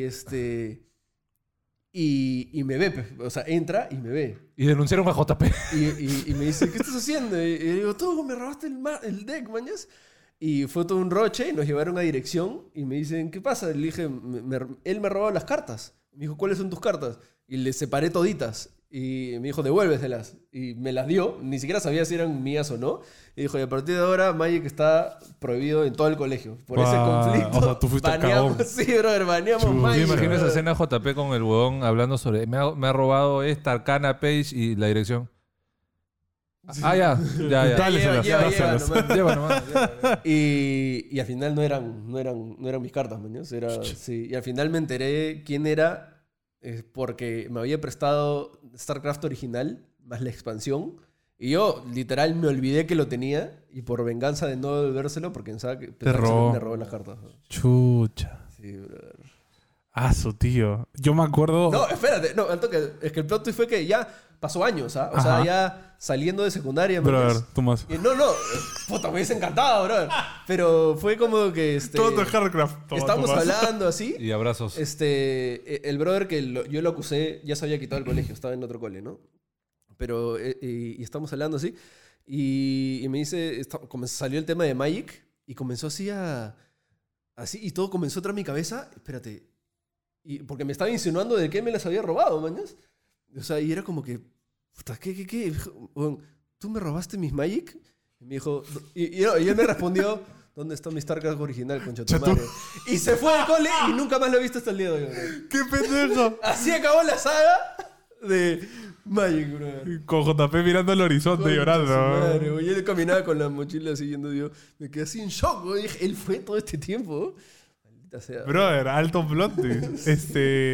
y me ve, pues. O sea, entra y me ve. Y denunciaron a JP. Y me dice, ¿qué estás haciendo? Y yo digo, tú me robaste el deck, mañas. Y fue todo un roche y nos llevaron a dirección y me dicen, ¿qué pasa? Le dije, él me robó las cartas. Me dijo, ¿cuáles son tus cartas? Y le separé toditas. Y me dijo, devuélveselas. Y me las dio. Ni siquiera sabía si eran mías o no. Y dijo, y a partir de ahora Magic está prohibido en todo el colegio. Por ese conflicto. O sea, tú fuiste el cagón. Sí, brother, baneamos Magic. Yo imagino esa brother. escena JP con el huevón hablando sobre me ha robado esta Arcana Page y la dirección. Ah, ya. Dáleselas, Lleva dáselas. nomás. Lleva nomás. Y al final no eran mis cartas, maños. Sí. Y al final me enteré quién era porque me había prestado StarCraft original más la expansión. Y yo, literal, me olvidé que lo tenía. Y por venganza de no devolvérselo, porque pensaba que robó. me robó las cartas. Chucha. Sí, brother. Ah, su tío. Yo me acuerdo... No, espérate. No, al toque. Es que el plot twist fue que ya pasó años, ¿ah? O Ajá. sea, ya saliendo de secundaria. Brother, mañas. tú más. Y puta, me hubiese encantado, brother. Pero fue como que Todo tu Hardcraft. Toma, estábamos tú más. hablando así. Y abrazos. El brother que yo lo acusé ya se había quitado el colegio, estaba en otro cole, ¿no? Pero, y estamos hablando así. Y me dice, salió el tema de Magic y comenzó así así, y todo comenzó tras mi cabeza. Espérate. Porque me estaba insinuando de que me las había robado, mañas. O sea, y era como que, puta, ¿qué? Bueno, ¿tú me robaste mis Magic? Y me dijo, y él me respondió, ¿dónde está mi StarCraft original, concha tu madre? Y se fue al cole y nunca más lo he visto hasta el día de hoy. Bro. ¡Qué pendejo! Así acabó la saga de Magic, bro. Con JP mirando el horizonte llorando. Madre, güey. Y él caminaba con la mochila siguiendo, yo me quedé así en shock, güey. Dije, él fue todo este tiempo. Maldita sea. Brother, alto plot twist.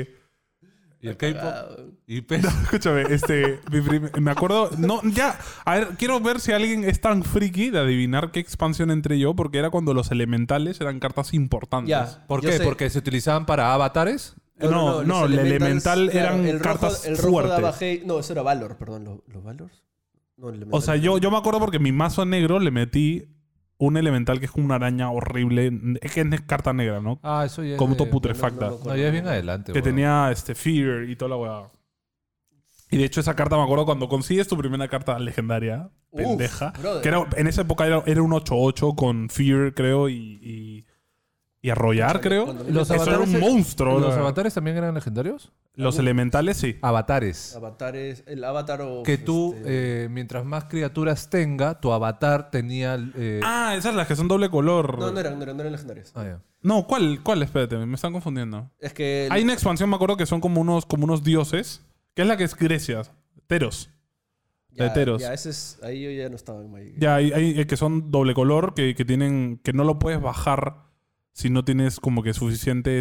Y el K-pop. Y Pez. Escúchame, me acuerdo... No, ya. A ver, quiero ver si alguien es tan friki de adivinar qué expansión entré yo, porque era cuando los elementales eran cartas importantes. Ya. ¿Por Yo qué? sé. ¿Porque se utilizaban para avatares? No, los el elemental claro, eran el rojo- cartas el rojo daba fuertes. hate. No, eso era Valor, perdón. ¿Los Valors? No, el elemental. O sea, yo me acuerdo porque mi mazo negro le metí un elemental que es como una araña horrible. Es que es carta negra, ¿no? Ah, eso ya es Como de- putrefacta. No, ya es bien adelante. Que weón. tenía Fear y toda la weá. Y de hecho esa carta me acuerdo cuando consigues tu primera carta legendaria, Uf, pendeja. brother. Que en esa época era un 8-8 con Fear, creo, y Arrollar, creo. Cuando Los Eso era avatares, un monstruo. ¿Los la- avatares también eran legendarios? Los elementales, sí. Avatares. Avatares, el avatar o... Que tú, mientras más criaturas tenga, tu avatar tenía... Ah, esas las que son doble color. No eran legendarios. Ah, ya. No, ¿cuál? Espérate, me están confundiendo. Es que... Hay una expansión, me acuerdo, que son como unos dioses. Que es la que es Grecia. Teros. de Teros. Ya, ese es... Ahí yo ya no estaba en Magic. Ya, hay que son doble color, que tienen... Que no lo puedes bajar si no tienes como que suficiente,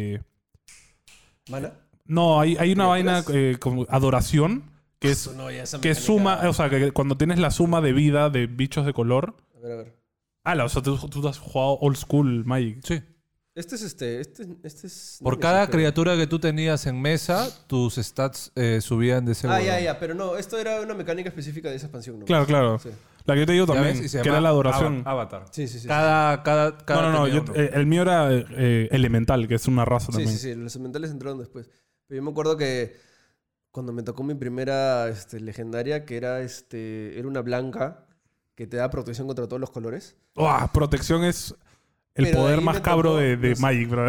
¿Mana? No, hay una vaina ¿Criaturas? como adoración, que es... No, ya esa Que mecánica- suma... O sea, que cuando tienes la suma de vida de bichos de color... A ver. Ah, o sea, tú has jugado old school Magic. Sí. Este es... Por no, cada creo. criatura que tú tenías en mesa, tus stats subían de ese Ah, huevón. ya. Pero no, esto era una mecánica específica de esa expansión, ¿no? Claro. Sí. La que yo te digo ¿Ya también, ves? Y se que llama era la adoración. Avatar. Sí. Cada No, tenía uno. el mío era elemental, que es una raza también. Sí. Los elementales entraron después. Pero yo me acuerdo que cuando me tocó mi primera legendaria, que era una blanca que te da protección contra todos los colores. ¡Uah! Protección es el Pero poder ahí más me cabro tocó, de no sé. Magic, bro.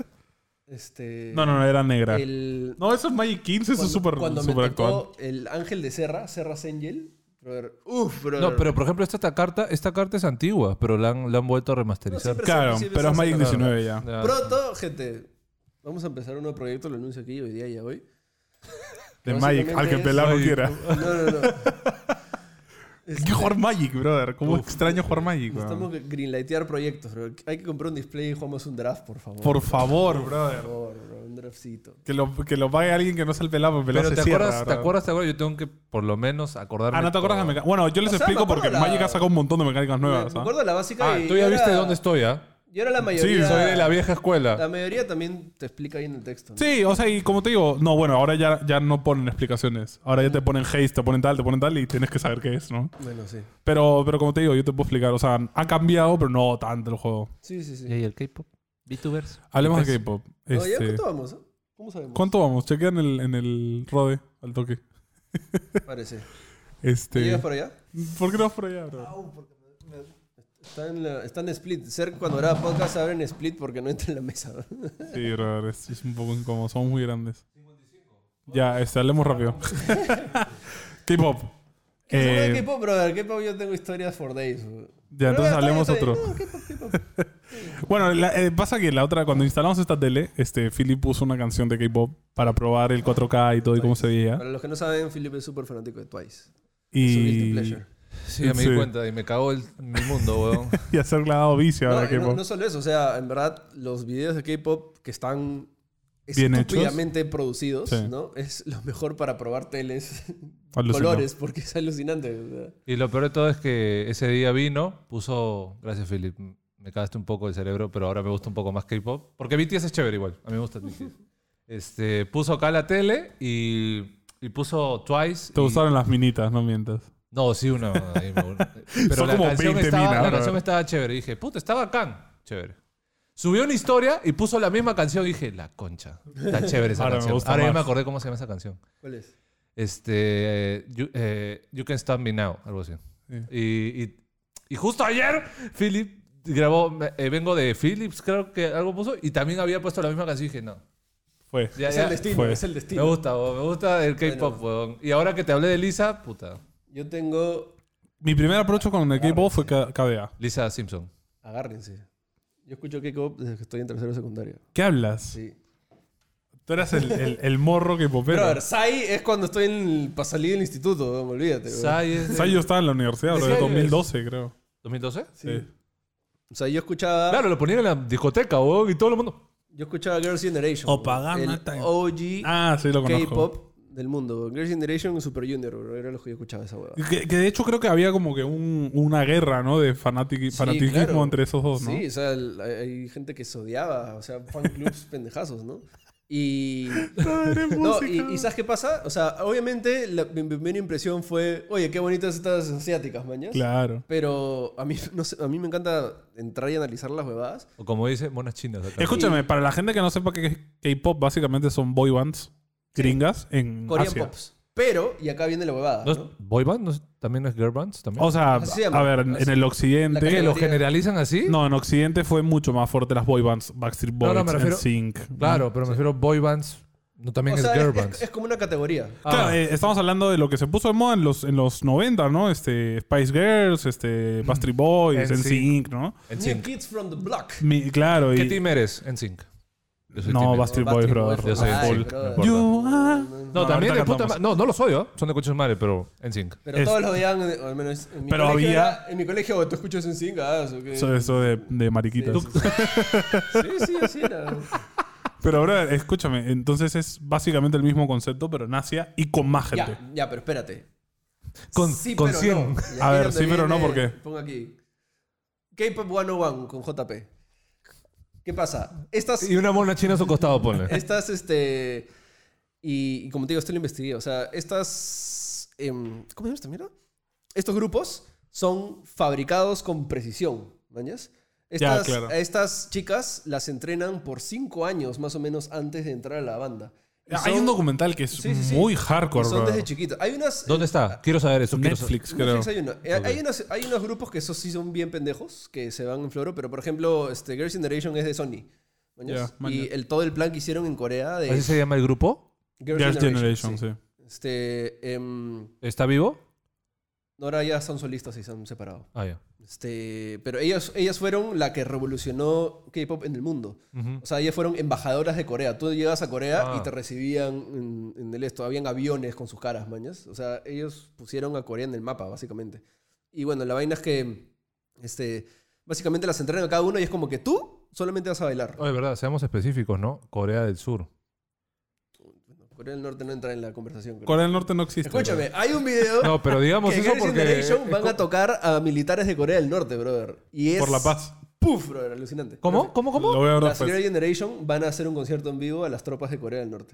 No, era negra. El, No, eso es Magic 15, eso es súper cuando me actual. tocó el ángel de Serra Angel, Brother. No, pero por ejemplo, esta carta es antigua, pero la han vuelto a remasterizar. siempre- Claro, siempre pero es están Magic sacando. 19 ya. Ya. Pronto, gente, vamos a empezar un nuevo proyecto, lo anuncio aquí hoy día y hoy. De Magic, al que el pelado Magic. quiera. No. Hay que jugar Magic, brother. ¿Cómo extraño jugar Magic, weón? Necesitamos greenlightear proyectos, bro. Hay que comprar un display y jugamos un draft, por favor. Por favor, Por brother. favor, bro, un draftcito. Que lo pague alguien que no sea el pelado, porque el pelado Pero se ¿te cierra, acuerdas? brother. Yo tengo que por lo menos acordarme. Ah, ¿no te acuerdas de todo. mecánicas? Bueno, yo les O sea, explico me acuerdo porque la- Magic ha sacado un montón de mecánicas nuevas. Me ¿ah? acuerdo de la básica Ah, y tú ya era- viste dónde estoy, ¿ah? Y ahora la mayoría... Soy de la vieja escuela. La mayoría también te explica ahí en el texto. ¿no? Sí, o sea, y como te digo, no, bueno, ahora ya no ponen explicaciones. Ahora ya te ponen haste, te ponen tal y tienes que saber qué es, ¿no? Bueno, sí. Pero como te digo, yo te puedo explicar. O sea, ha cambiado, pero no tanto el juego. Sí, sí, sí. ¿Y ahí el K-pop? ¿VTubers? Hablemos ¿Ves? de K-pop. No, ¿ya Este, cuánto vamos? ¿Cómo sabemos? ¿Cuánto vamos? Chequea en el Rode, al toque. Parece. Este, ¿Llegas por allá? ¿Por qué no vas por allá, bro? Está en Split. Cerca cuando graba podcast abre en Split porque no entra en la mesa. Sí, brother, es un poco incómodo. Somos muy grandes. Ya, hablemos rápido. K-pop. K-pop, brother. K-pop yo tengo historias for days. Bro. Ya, entonces Pero hablemos está bien, otro. No, K-pop. Bueno, pasa que la otra, cuando instalamos esta tele, Philip puso una canción de K-pop para probar el 4K y todo y cómo se veía. Para los que no saben, Philip es súper fanático de Twice. Su Y, guilty pleasure. Sí, ya me Sí. di cuenta y me cagó mi mundo, weón. y hacerle dado vicio No, a K-pop. no solo eso, o sea, en verdad, los videos de K-pop que están Bien hechos. estúpidamente producidos, Sí. ¿no? Es lo mejor para probar teles Alucinó. colores, porque es alucinante. O sea. Y lo peor de todo es que ese día puso... Gracias, Philip. Me cagaste un poco el cerebro, pero ahora me gusta un poco más K-pop. Porque BTS es chévere igual. A mí me gusta BTS. Puso acá la tele y puso Twice. Te y- gustaron las minitas, no mientas. No, sí, una. Pero Son la como canción 20 estaba, minas, la bro. canción estaba chévere. Dije, puta, está bacán. Chévere. Subió una historia y puso la misma canción y dije, la concha. Está chévere esa Ahora me canción. gusta Ahora ya más. me acordé cómo se llama esa canción. ¿Cuál es? You Can Stop Me Now, algo así. Sí. Y justo ayer, Philip grabó, vengo de Philips, creo que algo puso, y también había puesto la misma canción y dije, no. Fue. Ya, Es ya, el destino, fue. es el me destino. gusta el K-pop, weón. Y ahora que te hablé de Lisa, puta. Yo tengo... Mi primer approach con el K-pop fue KDA. Lisa Simpson. Agárrense. Yo escucho K-pop desde que estoy en tercero de secundaria. ¿Qué hablas? Sí. Tú eras el morro K-popero. Pero a ver, Sai es cuando estoy para salir del instituto, me olvídate. bro. Sai es de... O sea, yo estaba en la universidad, ¿De bro, qué de año 2012, creo. ¿2012? Sí. O sea, yo escuchaba... Claro, lo ponían en la discoteca, weón, y todo el mundo. Yo escuchaba Girls' Generation. O bro. Pagana El Time. OG Ah, sí, lo conozco. K-pop del mundo. Girls' Generation y Super Junior, bro. Era lo que yo escuchaba esa hueva. Que de hecho creo que había como que una guerra, ¿no? De fanatismo claro. entre esos dos, ¿no? Sí, o sea, hay gente que se odiaba, o sea, fan clubs pendejazos, ¿no? Y... No, y ¿sabes qué pasa? O sea, obviamente mi primera impresión fue, oye, qué bonitas estas asiáticas, mañas. Claro. Pero a mí, no sé, a mí me encanta entrar y analizar las huevadas. O como dice, monas chinas. acá. Escúchame, para la gente que no sepa que K-pop básicamente son boy bands gringas en Korean Asia. Pops. Pero, y acá viene la huevada, ¿No es ¿no? boy band? ¿No es- ¿También no es girl bands? ¿También? O sea, Así se llama. a ver, en el La occidente... ¿Que lo categoría- generalizan así? No, en occidente fue mucho más fuerte las boy bands, Backstreet Boys, No, me refiero- NSYNC. Claro, pero me refiero boy bands. No, también O es sea, girl es bands. como una categoría. Claro, estamos hablando de lo que se puso de moda en los 90, ¿no? Spice Girls, Backstreet Boys, NSYNC. NSYNC, ¿no? En New sync. Kids from the Block. Claro, ¿Qué y... team eres? En sync. Yo soy No, team Backstreet NSYNC. Boys, brother. Yo soy Ay, full. brother. No You are- No, también ahorita de puta cantamos. No los odio, ¿eh? Son de coches madre, pero en sync. Pero Es- todos lo odiaban, al menos en mi Pero colegio. había- En mi colegio, ¿tú escuchas en sync? Ah, eso que... Eso de mariquitas. Sí, así era. Pero ahora, escúchame, entonces es básicamente el mismo concepto, pero en Asia y con más gente. Ya, pero espérate. Con 100. pero no. Y A aquí ver, es sí, donde pero no, viene- ¿por qué? Pongo aquí. K-Pop 101 con JP. ¿Qué pasa? Estas... Y una mona china a su costado, ponle. Estas, y como te digo, esto lo investigué. O sea, estas... ¿cómo se llama esta mierda? Estos grupos son fabricados con precisión, ¿mañas? Ya, claro. Estas chicas las entrenan por 5 años más o menos antes de entrar a la banda. Y Hay son- un documental que es Sí, sí, sí. muy y hardcore, son bro. desde chiquitos. Hay unas... ¿Dónde está? Quiero saber eso. quiero saber. Netflix, creo. Netflix hay uno. Hay unos grupos que esos sí son bien pendejos, que se van en floro, pero por ejemplo, Girls' Generation es de Sony. ¿mañas? Ya, maña. y todo el plan que hicieron en Corea de ¿Así se llama el grupo? Girls' Generation, sí. sí. ¿Está vivo? Ahora ya son solistas y se han separado. Ah, ya. Pero ellas fueron la que revolucionó K-pop en el mundo. Ujú. O sea, ellas fueron embajadoras de Corea. Tú llegas a Corea Ah. y te recibían en el esto. Habían aviones con sus caras, mañas. O sea, ellos pusieron a Corea en el mapa, básicamente. Y bueno, la vaina es que básicamente las entrenan a cada uno y es como que tú solamente vas a bailar. Oye, verdad, seamos específicos, ¿no? Corea del Sur. Corea del Norte no entra en la conversación. creo. Corea del Norte no existe. Escúchame, hay un video No, pero digamos que eso Girls' porque... Generation van a tocar a militares de Corea del Norte, brother. Y es... Por la paz. ¡Puf, brother! Alucinante. ¿Cómo? ¿Cómo? ¿Cómo? Lo voy a ver Las después. Girls' Generation van a hacer un concierto en vivo a las tropas de Corea del Norte.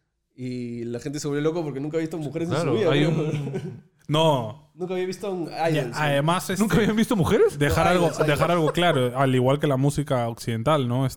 Y la gente se vuelve loco porque nunca ha visto mujeres en Claro, su vida. hay bro. No. Nunca había visto un Ya, idol. sí. además, ¿Nunca habían visto mujeres? dejar, No, algo, idols. dejar algo claro, al igual que la música occidental, ¿no?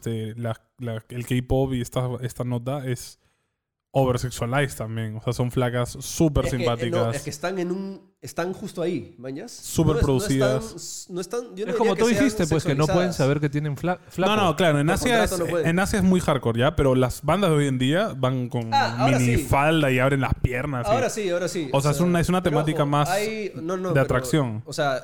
El K-pop y esta nota es oversexualized también. O sea, son flacas súper Es que, simpáticas. no, es que están justo ahí, mañas. Súper producidas. No están, yo no Es como diría tú que sean dijiste, pues que no pueden sexualizadas. saber que tienen flaco. No, claro, Por contrato no pueden. en Asia es muy hardcore, ¿ya? Pero las bandas de hoy en día van con Ahora sí. minifalda y abren las piernas. Ahora sí. O sea, es una pero temática más de atracción. O sea,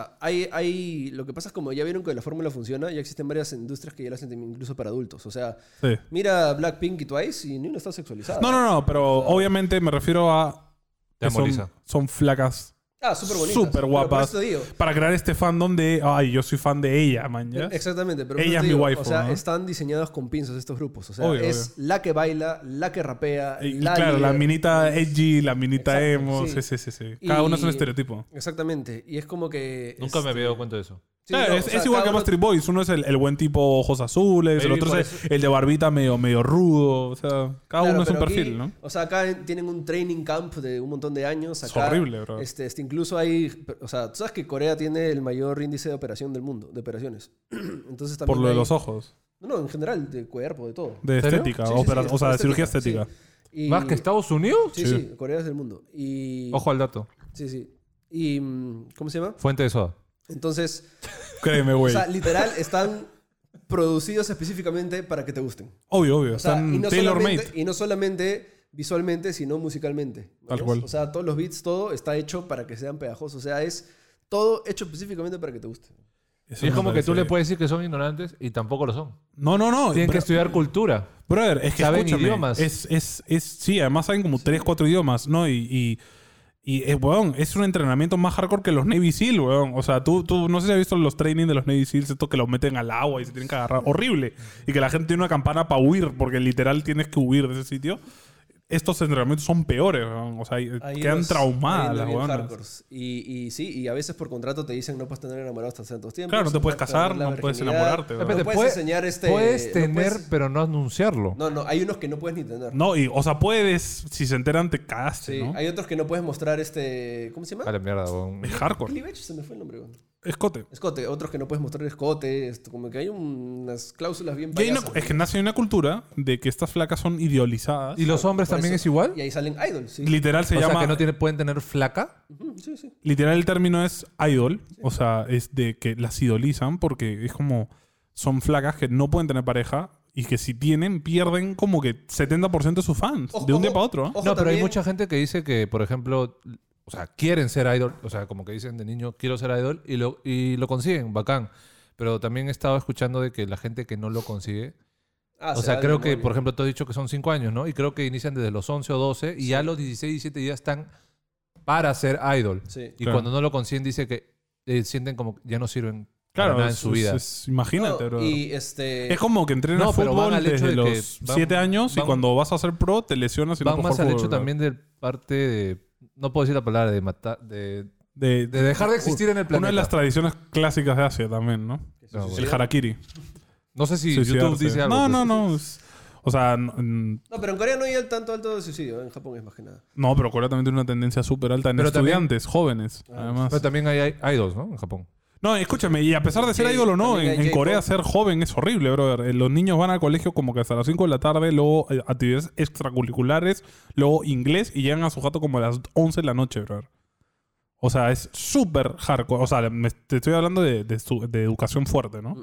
hay... Lo que pasa es como ya vieron que la fórmula funciona, ya existen varias industrias que ya la hacen incluso para adultos. O sea, Sí. mira Blackpink y Twice y ni una está sexualizada. No, pero obviamente me refiero a Te que amoriza. son flacas Súper bonitas. súper Pero guapas por eso te digo. para crear este fandom de, ay, yo soy fan de ella, man, ¿ya? Exactamente, pero por Ella eso es te mi digo, waifu, o sea, ¿no? están diseñados con pinzas estos grupos. O sea, Obvio, es la que baila, la que rapea, Y la claro, la líder. minita edgy, la minita Exacto, emo, sí. sí. Cada uno es un estereotipo. Exactamente. Y es como que... Nunca me había dado cuenta de eso. Sí, Claro, no, es o sea, igual cada que uno- Backstreet Boys. Uno es el buen tipo ojos azules, el Baby, otro por es el de barbita medio rudo. O sea, cada Claro, uno es un pero aquí, perfil, ¿no? O sea, acá tienen un training camp de un montón de años. Es Acá, horrible, bro. Incluso hay... O sea, tú sabes que Corea tiene el mayor índice de operación del mundo, de operación. Entonces también Por lo de hay- los ojos. No, en general, de cuerpo, de todo. De ¿Serio? estética, Sí, sí, sí, o sea, de cirugía sí. estética. Y- ¿Más que Estados Unidos? Sí, Sí. sí, Corea es del mundo. Y... Ojo al dato. Sí. Y... ¿Cómo se llama? Fuente de soda. Entonces, Créeme, o güey. sea, literal, están producidos específicamente para que te gusten. Obvio. O sea, Están tailor-made. y no solamente visualmente, sino musicalmente. Tal ¿ves? cual. O sea, todos los beats, todo está hecho para que sean pegajosos. O sea, es todo hecho específicamente para que te guste. Eso Y es me como que tú parece- le puedes decir que son ignorantes y tampoco lo son. No. Tienen que bro- estudiar cultura. Brother, es que Saben escúchame, idiomas. Sí, además saben como 3, 4 idiomas, ¿no? Weón, es un entrenamiento más hardcore que los Navy SEAL, weón. O sea, tú no sé si has visto los trainings de los Navy SEAls, esto que los meten al agua y se tienen que agarrar. Horrible. Y que la gente tiene una campana para huir, porque literal tienes que huir de ese sitio. Estos entrenamientos son peores, weón. O sea, quedan traumadas las bien weonas. hardcores. Y sí, y a veces por contrato te dicen no puedes tener enamorado hasta ciertos tiempos. Claro, no te puedes puedes casar, perder la no puedes virginidad, enamorarte, weón. No puedes Puedes- enseñar Puedes no tener, puedes- pero no anunciarlo. No, hay unos que no puedes ni tener. No, o sea, puedes, si se enteran, te cagaste, Sí, ¿no? hay otros que no puedes mostrar ¿cómo se llama? A la mierda, weón. Es hardcore. Cleavage, se me fue el nombre, weón. Escote. Escote, otros que no puedes mostrar escote, como que hay unas cláusulas bien Y hay payasas. es que nace una cultura de que estas flacas son idealizadas. ¿Y los hombres Por también eso- es igual? Y ahí salen idols, sí. Literal se O sea, llama... que no pueden tener flaca. Ujú, sí. Literal el término es idol. O sea, es de que las idolizan porque es como... Son flacas que no pueden tener pareja y que si tienen, pierden como que 70% de sus fans. Ojo, de un día ojo, para otro. ojo No, pero hay también- mucha gente que dice que, por ejemplo, o sea, quieren ser idol. O sea, como que dicen de niño, quiero ser idol. Y lo consiguen, bacán. Pero también he estado escuchando de que la gente que no lo consigue... Ah, O se sea, va creo del que, demonio. por ejemplo, tú has dicho que son 5 años, ¿no? Y creo que inician desde los 11 o 12 y ya a los 16, 17 ya están para ser idol. Sí. Y Claro. cuando no lo consiguen, dice que sienten como que ya no sirven Claro, para nada en su vida. imagínate, No, bro. y Es como que entrenas No, pero van fútbol al hecho desde de que los van- 7 años y van- cuando vas a ser pro te lesionas y no Van puedes más jugar al hecho fútbol, bro. también de parte de... No puedo decir la palabra, de matar... De de dejar de existir en el planeta. Una de las tradiciones clásicas de Asia también, ¿no? No, El bueno. harakiri. No sé si Suicidarse. YouTube dice algo. No, pues. no. O sea, No, pero en Corea no hay tanto alto de suicidio. En Japón es más que nada. no, pero Corea también tiene una tendencia súper alta en Pero también- estudiantes, jóvenes, además. Pero también hay idols, ¿no? En Japón. No, escúchame, y a pesar de ser J- idol o no, también hay en J-pop. Corea ser joven es horrible, brother. Los niños van al colegio como que hasta las 5 de la tarde, luego actividades extracurriculares, luego inglés y llegan a su jato como a las 11 de la noche, brother. O sea, es súper hardcore. O sea, te estoy hablando de educación fuerte, ¿no?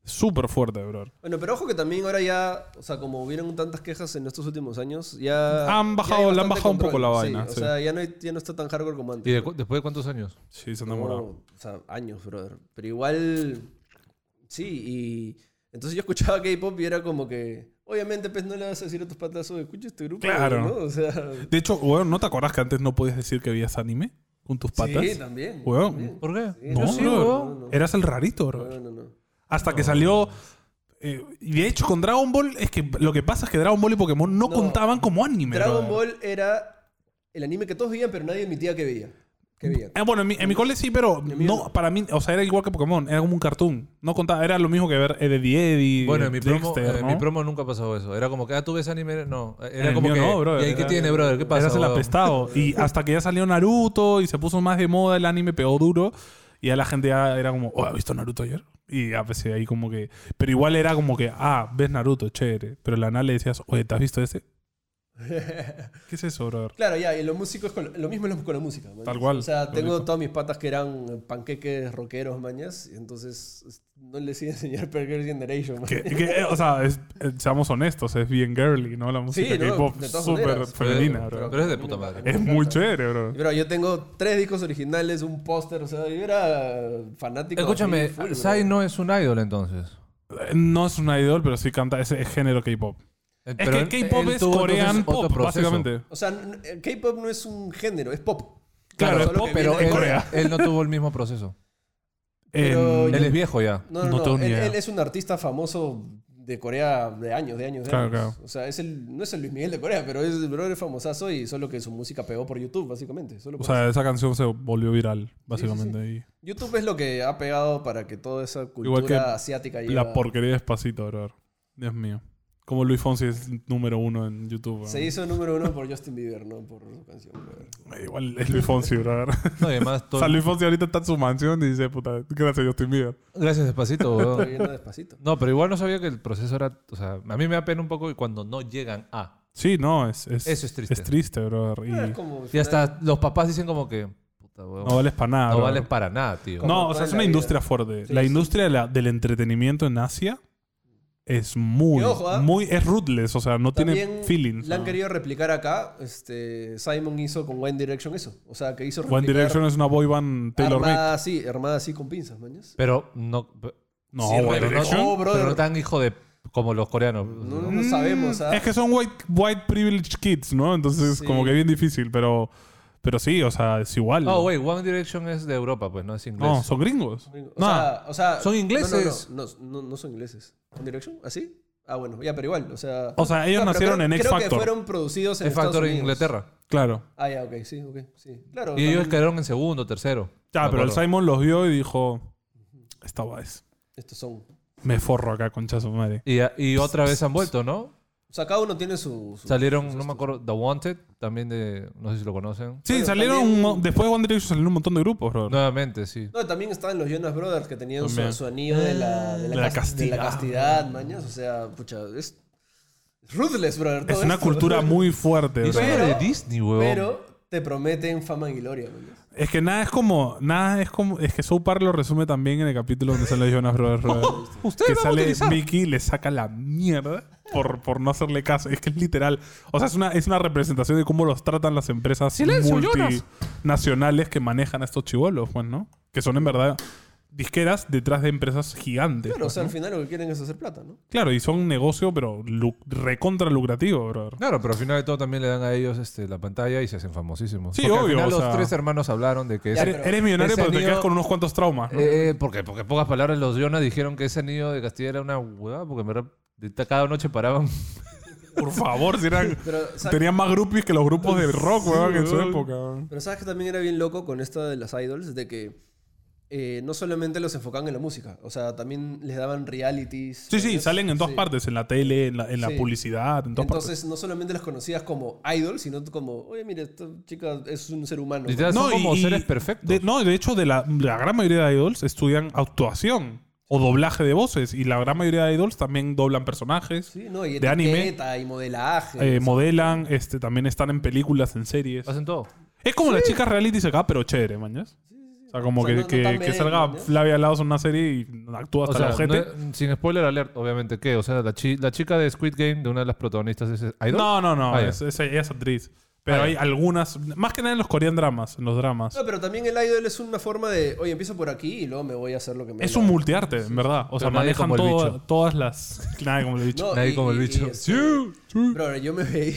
Súper fuerte, bro. Bueno, pero ojo que también ahora ya, o sea, como hubieron tantas quejas en estos últimos años, ya... Han bajado- ya hay le han bastante bajado un poco control. la vaina, Sí, sí. o sea, ya no está tan hardcore como antes. ¿Y después de cuántos años? Sí, se han No, demorado. o sea, años, brother. Pero igual, sí, y... Entonces yo escuchaba K-pop y era como que... Obviamente, pues, no le vas a decir a tus patas, "Oye, escucha este grupo", Claro. ¿no? O sea... De hecho, weón, ¿no te acuerdas que antes no podías decir que veías anime con tus patas? Sí, también. Weón. también. ¿Por qué? Sí, No, Yo sí, bro. weón. no. Eras el rarito, bro. No. Hasta que salió... y de hecho, con Dragon Ball, es que lo que pasa es que Dragon Ball y Pokémon no No. contaban como anime. Dragon brother. Ball era el anime que todos veían, pero nadie admitía que veía. Que veían. Bueno, en mi cole sí, pero En el mío no, no. para mí, o sea, era igual que Pokémon, era como un cartoon. No contaba, era lo mismo que ver Eddie, Bueno, en mi promo, Dexter, ¿no? en mi promo nunca pasó eso. Era como que, ¿tú ves anime? No. En Era el como mío que, no, brother. ¿y ahí qué Era- tiene, brother? ¿Qué pasa? Eras el weón? apestado. Y hasta que ya salió Naruto y se puso más de moda el anime, pegó duro. Y ya la gente ya era como, ¿has visto Naruto ayer? Y ya pues ahí como que... Pero igual era como que, ves Naruto, chévere. Pero la nana le decías, oye, ¿te has visto ese? ¿Qué es eso, brother? Claro, ya, y los músicos lo mismo es con la música. mañas. Tal cual. O sea, tengo Igualito. todos mis patas que eran panqueques rockeros, mañas, y entonces no les iba a enseñar Girl Generation, mañas. O sea, seamos honestos, es bien girly, ¿no? La música no, K-pop de todas súper maneras. femenina, bro. Pero es de puta madre. Es muy chévere, bro. Pero yo tengo 3 discos originales, un póster, o sea, yo era fanático. Escúchame, así, full, bro. Sai no es un idol entonces. No es una idol, pero sí canta, es género K-pop. Es Pero que K-pop él es tuvo Korean entonces otro pop, proceso. básicamente. O sea, K-pop no es un género, es pop. Claro, es solo pop, que Pero viene de él, Corea. él no tuvo el mismo proceso. Pero En- Él es viejo ya. No, No tengo ni idea. él es un artista famoso de Corea de años. Claro, años. O sea, no es el Luis Miguel de Corea, pero es el brother famosazo y solo que su música pegó por YouTube, básicamente. Solo o por sea, eso. esa canción se volvió viral, básicamente. Y YouTube es lo que ha pegado para que toda esa cultura Igual que asiática llegue. la porquería de Despacito, bro. Dios mío. Como Luis Fonsi es número 1 en YouTube. bro. Se hizo número 1 por Justin Bieber, no por su canción. brother. Igual es Luis Fonsi, bro. No, y además, O todo... sea, Luis Fonsi ahorita está en su mansión y dice, puta, gracias Justin Bieber. Gracias, Despacito, Estoy weón. viendo despacito. No, pero igual no sabía que el proceso era... O sea, a mí me da pena un poco cuando no llegan a... Sí, no, es Eso es triste. Es triste, bro. Y Es como Y hasta los papás dicen como que... Puta, weón, no vales para nada. no bro. vales para nada, tío. Como No, o toda sea, es la una vida. industria fuerte. Sí, la sí. industria del entretenimiento en Asia es muy, Y ojo, muy, es ruthless, o sea, no tiene También feelings. la han ¿no? querido replicar acá. Simon hizo con One Direction eso. O sea, que hizo One replicar Direction es una boy band Taylor Made. armada así con pinzas, mañas. Pero no... No, Sí, One pero Direction. no, brother. Pero no tan hijo de... Como los coreanos. No sabemos, ¿ah? Es que son white privileged kids, ¿no? Entonces, Sí. como que bien difícil, pero sí, o sea, es igual. Oh, wait, One Direction es de Europa, pues, no es inglés. No, son gringos. O sea, Son ingleses. No son ingleses. ¿One Direction? ¿Así? Ah, bueno, ya, pero igual. O sea, O sea, ellos pero nacieron en X Creo que Factor. fueron producidos en Es Estados Factor en Unidos. Inglaterra. Claro. Ah, ya, ok, sí. Claro. Y ellos también quedaron en segundo, tercero. Ya, Me pero el acuerdo. Simon los vio y dijo, esta va es. Estos son. Me forro acá, concha su madre. Y otra vez han vuelto, ¿no? O sea, cada uno tiene su Salieron, no me acuerdo, The Wanted, también de... No sé si lo conocen. Sí, Bueno, salieron, también- después de One Direction salieron un montón de grupos, bro. Nuevamente, sí. No, también estaban los Jonas Brothers que tenían También. su anillo de la la castidad. castidad, mañas. O sea, pucha, es ruthless, brother. Es todo una esto. cultura muy fuerte. Y bro. eso Pero- era de Disney, weón. Pero te prometen fama y gloria, mañas. Es que es que South Park lo resume también en el capítulo donde salen los Jonas Brothers. bro. Usted Que va a sale utilizar. Mickey y le saca la mierda por no hacerle caso. Es que es literal. O sea, es una representación de cómo los tratan las empresas ¡Silencio, multinacionales que manejan a estos chivolos, pues, ¿no? Que son en verdad disqueras detrás de empresas gigantes. Claro, o pues, sea, ¿no? al final lo que quieren es hacer plata, ¿no? Claro, y son un negocio, pero recontra lucrativo, brother. Claro, pero al final de todo también le dan a ellos la pantalla y se hacen famosísimos. Sí, Porque obvio, al final o los sea- 3 hermanos hablaron de que... Ya, ese- pero- Eres millonario, ese pero te anillo- quedas con unos cuantos traumas, ¿no? porque en pocas palabras los Jonas dijeron que ese anillo de Castilla era una huevada, porque en verdad cada noche paraban. Por favor, si eran... Pero, ¿sabes? Tenían más groupies que los grupos de rock, weón, en su weón. época. weón. Pero sabes que también era bien loco con esto de las idols, de que no solamente los enfocaban en la música, o sea, también les daban realities. Sí, sí, ¿entiendes? salen en todas Sí. partes, en la tele, en la Sí. publicidad, en todas partes. Entonces, no solamente las conocías como idol, sino como, oye, mire, esta chica es un ser humano. Literal, son como seres perfectos. De hecho, la gran mayoría de idols estudian actuación o doblaje de voces. Y la gran mayoría de idols también doblan personajes, Sí, ¿no? Y de anime, etiqueta y modelaje. modelan, también están en películas, en series. Hacen todo. Es como las chicas realities acá, pero chévere, mañas. O sea, como O sea, que, no que, tan que merengue, salga ¿no? Flavia Laos en una serie y actúa hasta O sea, el ojete. sin spoiler alert, obviamente, ¿qué? O sea, la chica de Squid Game, de una de las protagonistas, ¿es idol? No. Ah, ya. Ella es actriz. Pero Ah, hay ya. algunas, más que nada en los Korean dramas, en los dramas. No, pero también el idol es una forma de, oye, empiezo por aquí y luego me voy a hacer lo que me Es dé un la- multiarte, en verdad. O sea, Pero nadie manejan como el bicho. todas las... Nadie como el bicho. No, Nadie como el bicho. Bro, yo me veí.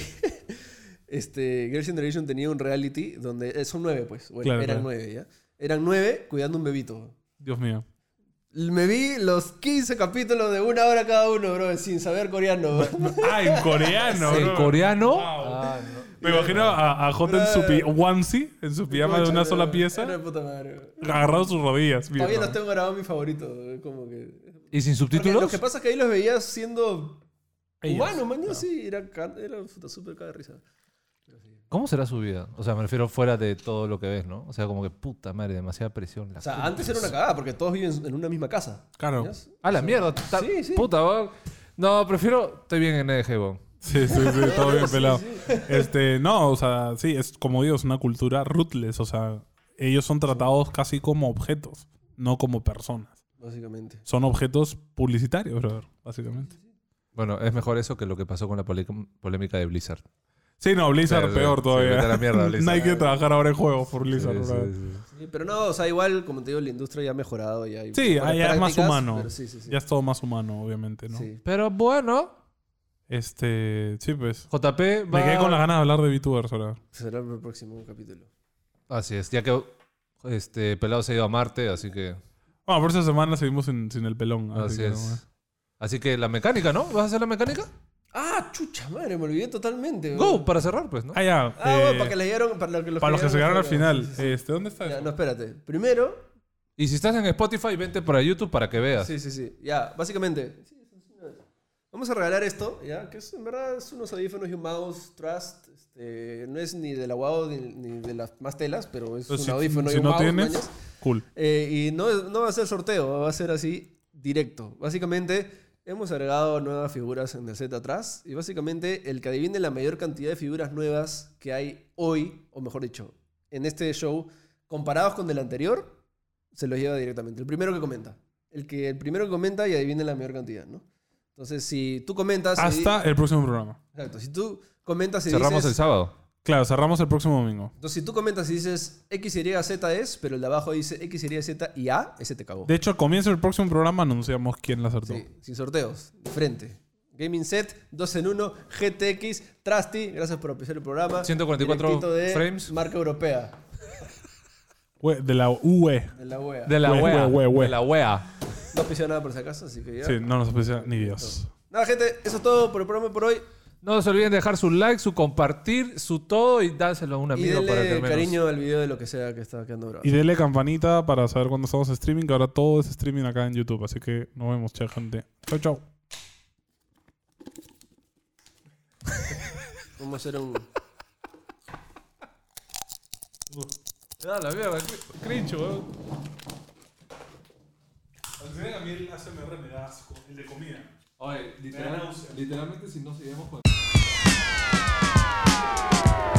Girls' Generation tenía un reality donde. Son 9, pues. Bueno, Claro, eran claro. 9, ¿ya? Eran 9 cuidando un bebito. Dios mío. Me vi los 15 capítulos de 1 hora cada uno, bro, sin saber coreano. Ah, en coreano, ¿En bro. coreano? Wow. Ah, no. Me imagino a Jota en su onesie, en su pijama de una sola pieza, Era de puta madre. agarrado sus rodillas. Todavía viendo. los tengo grabados mi favorito. Como que. ¿Y sin Porque subtítulos? lo que pasa es que ahí los veías siendo Ellos, humanos, man. claro. Sí, era puta súper cada risa. ¿Cómo será su vida? O sea, me refiero fuera de todo lo que ves, ¿no? O sea, como que puta madre, demasiada presión. O sea, antes era una cagada porque todos viven en una misma casa. Claro. ¿Ya? Ah, la mierda. Sí, sí. Puta, weón. No, prefiero... Estoy bien en EDG, weón. Sí, todo bien pelado. No, o sea, sí, es como digo, es una cultura ruthless. O sea, ellos son tratados casi como objetos, no como personas. Básicamente. Son objetos publicitarios, brother, básicamente. Bueno, es mejor eso que lo que pasó con la polémica de Blizzard. Sí, no, Blizzard Sí, peor sí, todavía. vete a la mierda, Blizzard. Nadie quiere trabajar ahora en juegos por Blizzard, Sí, brother. sí, sí. Sí, pero no, o sea, igual, como te digo, la industria ya ha mejorado. Ya hay Sí, mejores ya es más prácticas, humano. pero sí, sí, sí. Ya es todo más humano, obviamente, ¿no? Sí. Pero bueno, Sí, pues. JP va... Me quedé con las ganas de hablar de VTubers ahora. Será el próximo capítulo. Así es, ya que Pelado se ha ido a Marte, así que... Bueno, por esa semana seguimos sin el pelón. Así que, es. Así que la mecánica, ¿no? ¿Vas a hacer la mecánica? Ah, chucha madre, me olvidé totalmente. Go, weón. para cerrar, pues, ¿no? Ah, ya. Bueno, para que le llegaron, para los que se llegaron al llegaron, final. sí, sí. ¿Dónde está Ya, eso? no, espérate. Primero, Y si estás en Spotify, vente para YouTube para que veas. sí, sí, sí. Ya, básicamente. Vamos a regalar esto, ¿ya? Que es, en verdad es unos audífonos y un mouse Trust. No es ni de la WoW ni de las más telas, pero es Pero un si- audífono y si un no mouse. tienes, mañas. cool. Y no va a ser sorteo, va a ser así directo. Básicamente, hemos agregado nuevas figuras en el set atrás. Y básicamente, el que adivine la mayor cantidad de figuras nuevas que hay hoy, o mejor dicho, en este show, comparados con el anterior, se los lleva directamente. El primero que comenta. El primero que comenta y adivine la mayor cantidad, ¿no? Entonces, si tú comentas... Hasta el próximo programa. Exacto. Si tú comentas y Cerramos dices... el sábado. Claro, cerramos el próximo domingo. Entonces, si tú comentas y dices X, Y, Z es, pero el de abajo dice X, Y, Z y A, ese te cagó. De hecho, al comienzo del próximo programa anunciamos quién la acertó. Sí, sin sorteos, de frente. Gaming Set, 2 en 1, GTX, Trusty, gracias por apreciar el programa. 144 Directito de frames. marca europea, De la UE. de la wea. De la Hue, wea. hue, hue. De la wea. No auspició nada por si acaso, así que ya. Sí, no nos aprecia ni Dios. Nada, gente, eso es todo por el programa por hoy. No se olviden de dejar su like, su compartir, su todo y dárselo a un Y amigo para que denle al menos... cariño al video de lo que sea que está quedando grabado. Y denle campanita para saber cuándo estamos streaming, que ahora todo es streaming acá en YouTube. Así que nos vemos, che, gente. Chau, chau. Vamos a hacer un... Ah, la mierda, cringe, weón. A mí el ASMR me da asco, el de comida. Oye, literalmente si no seguimos con...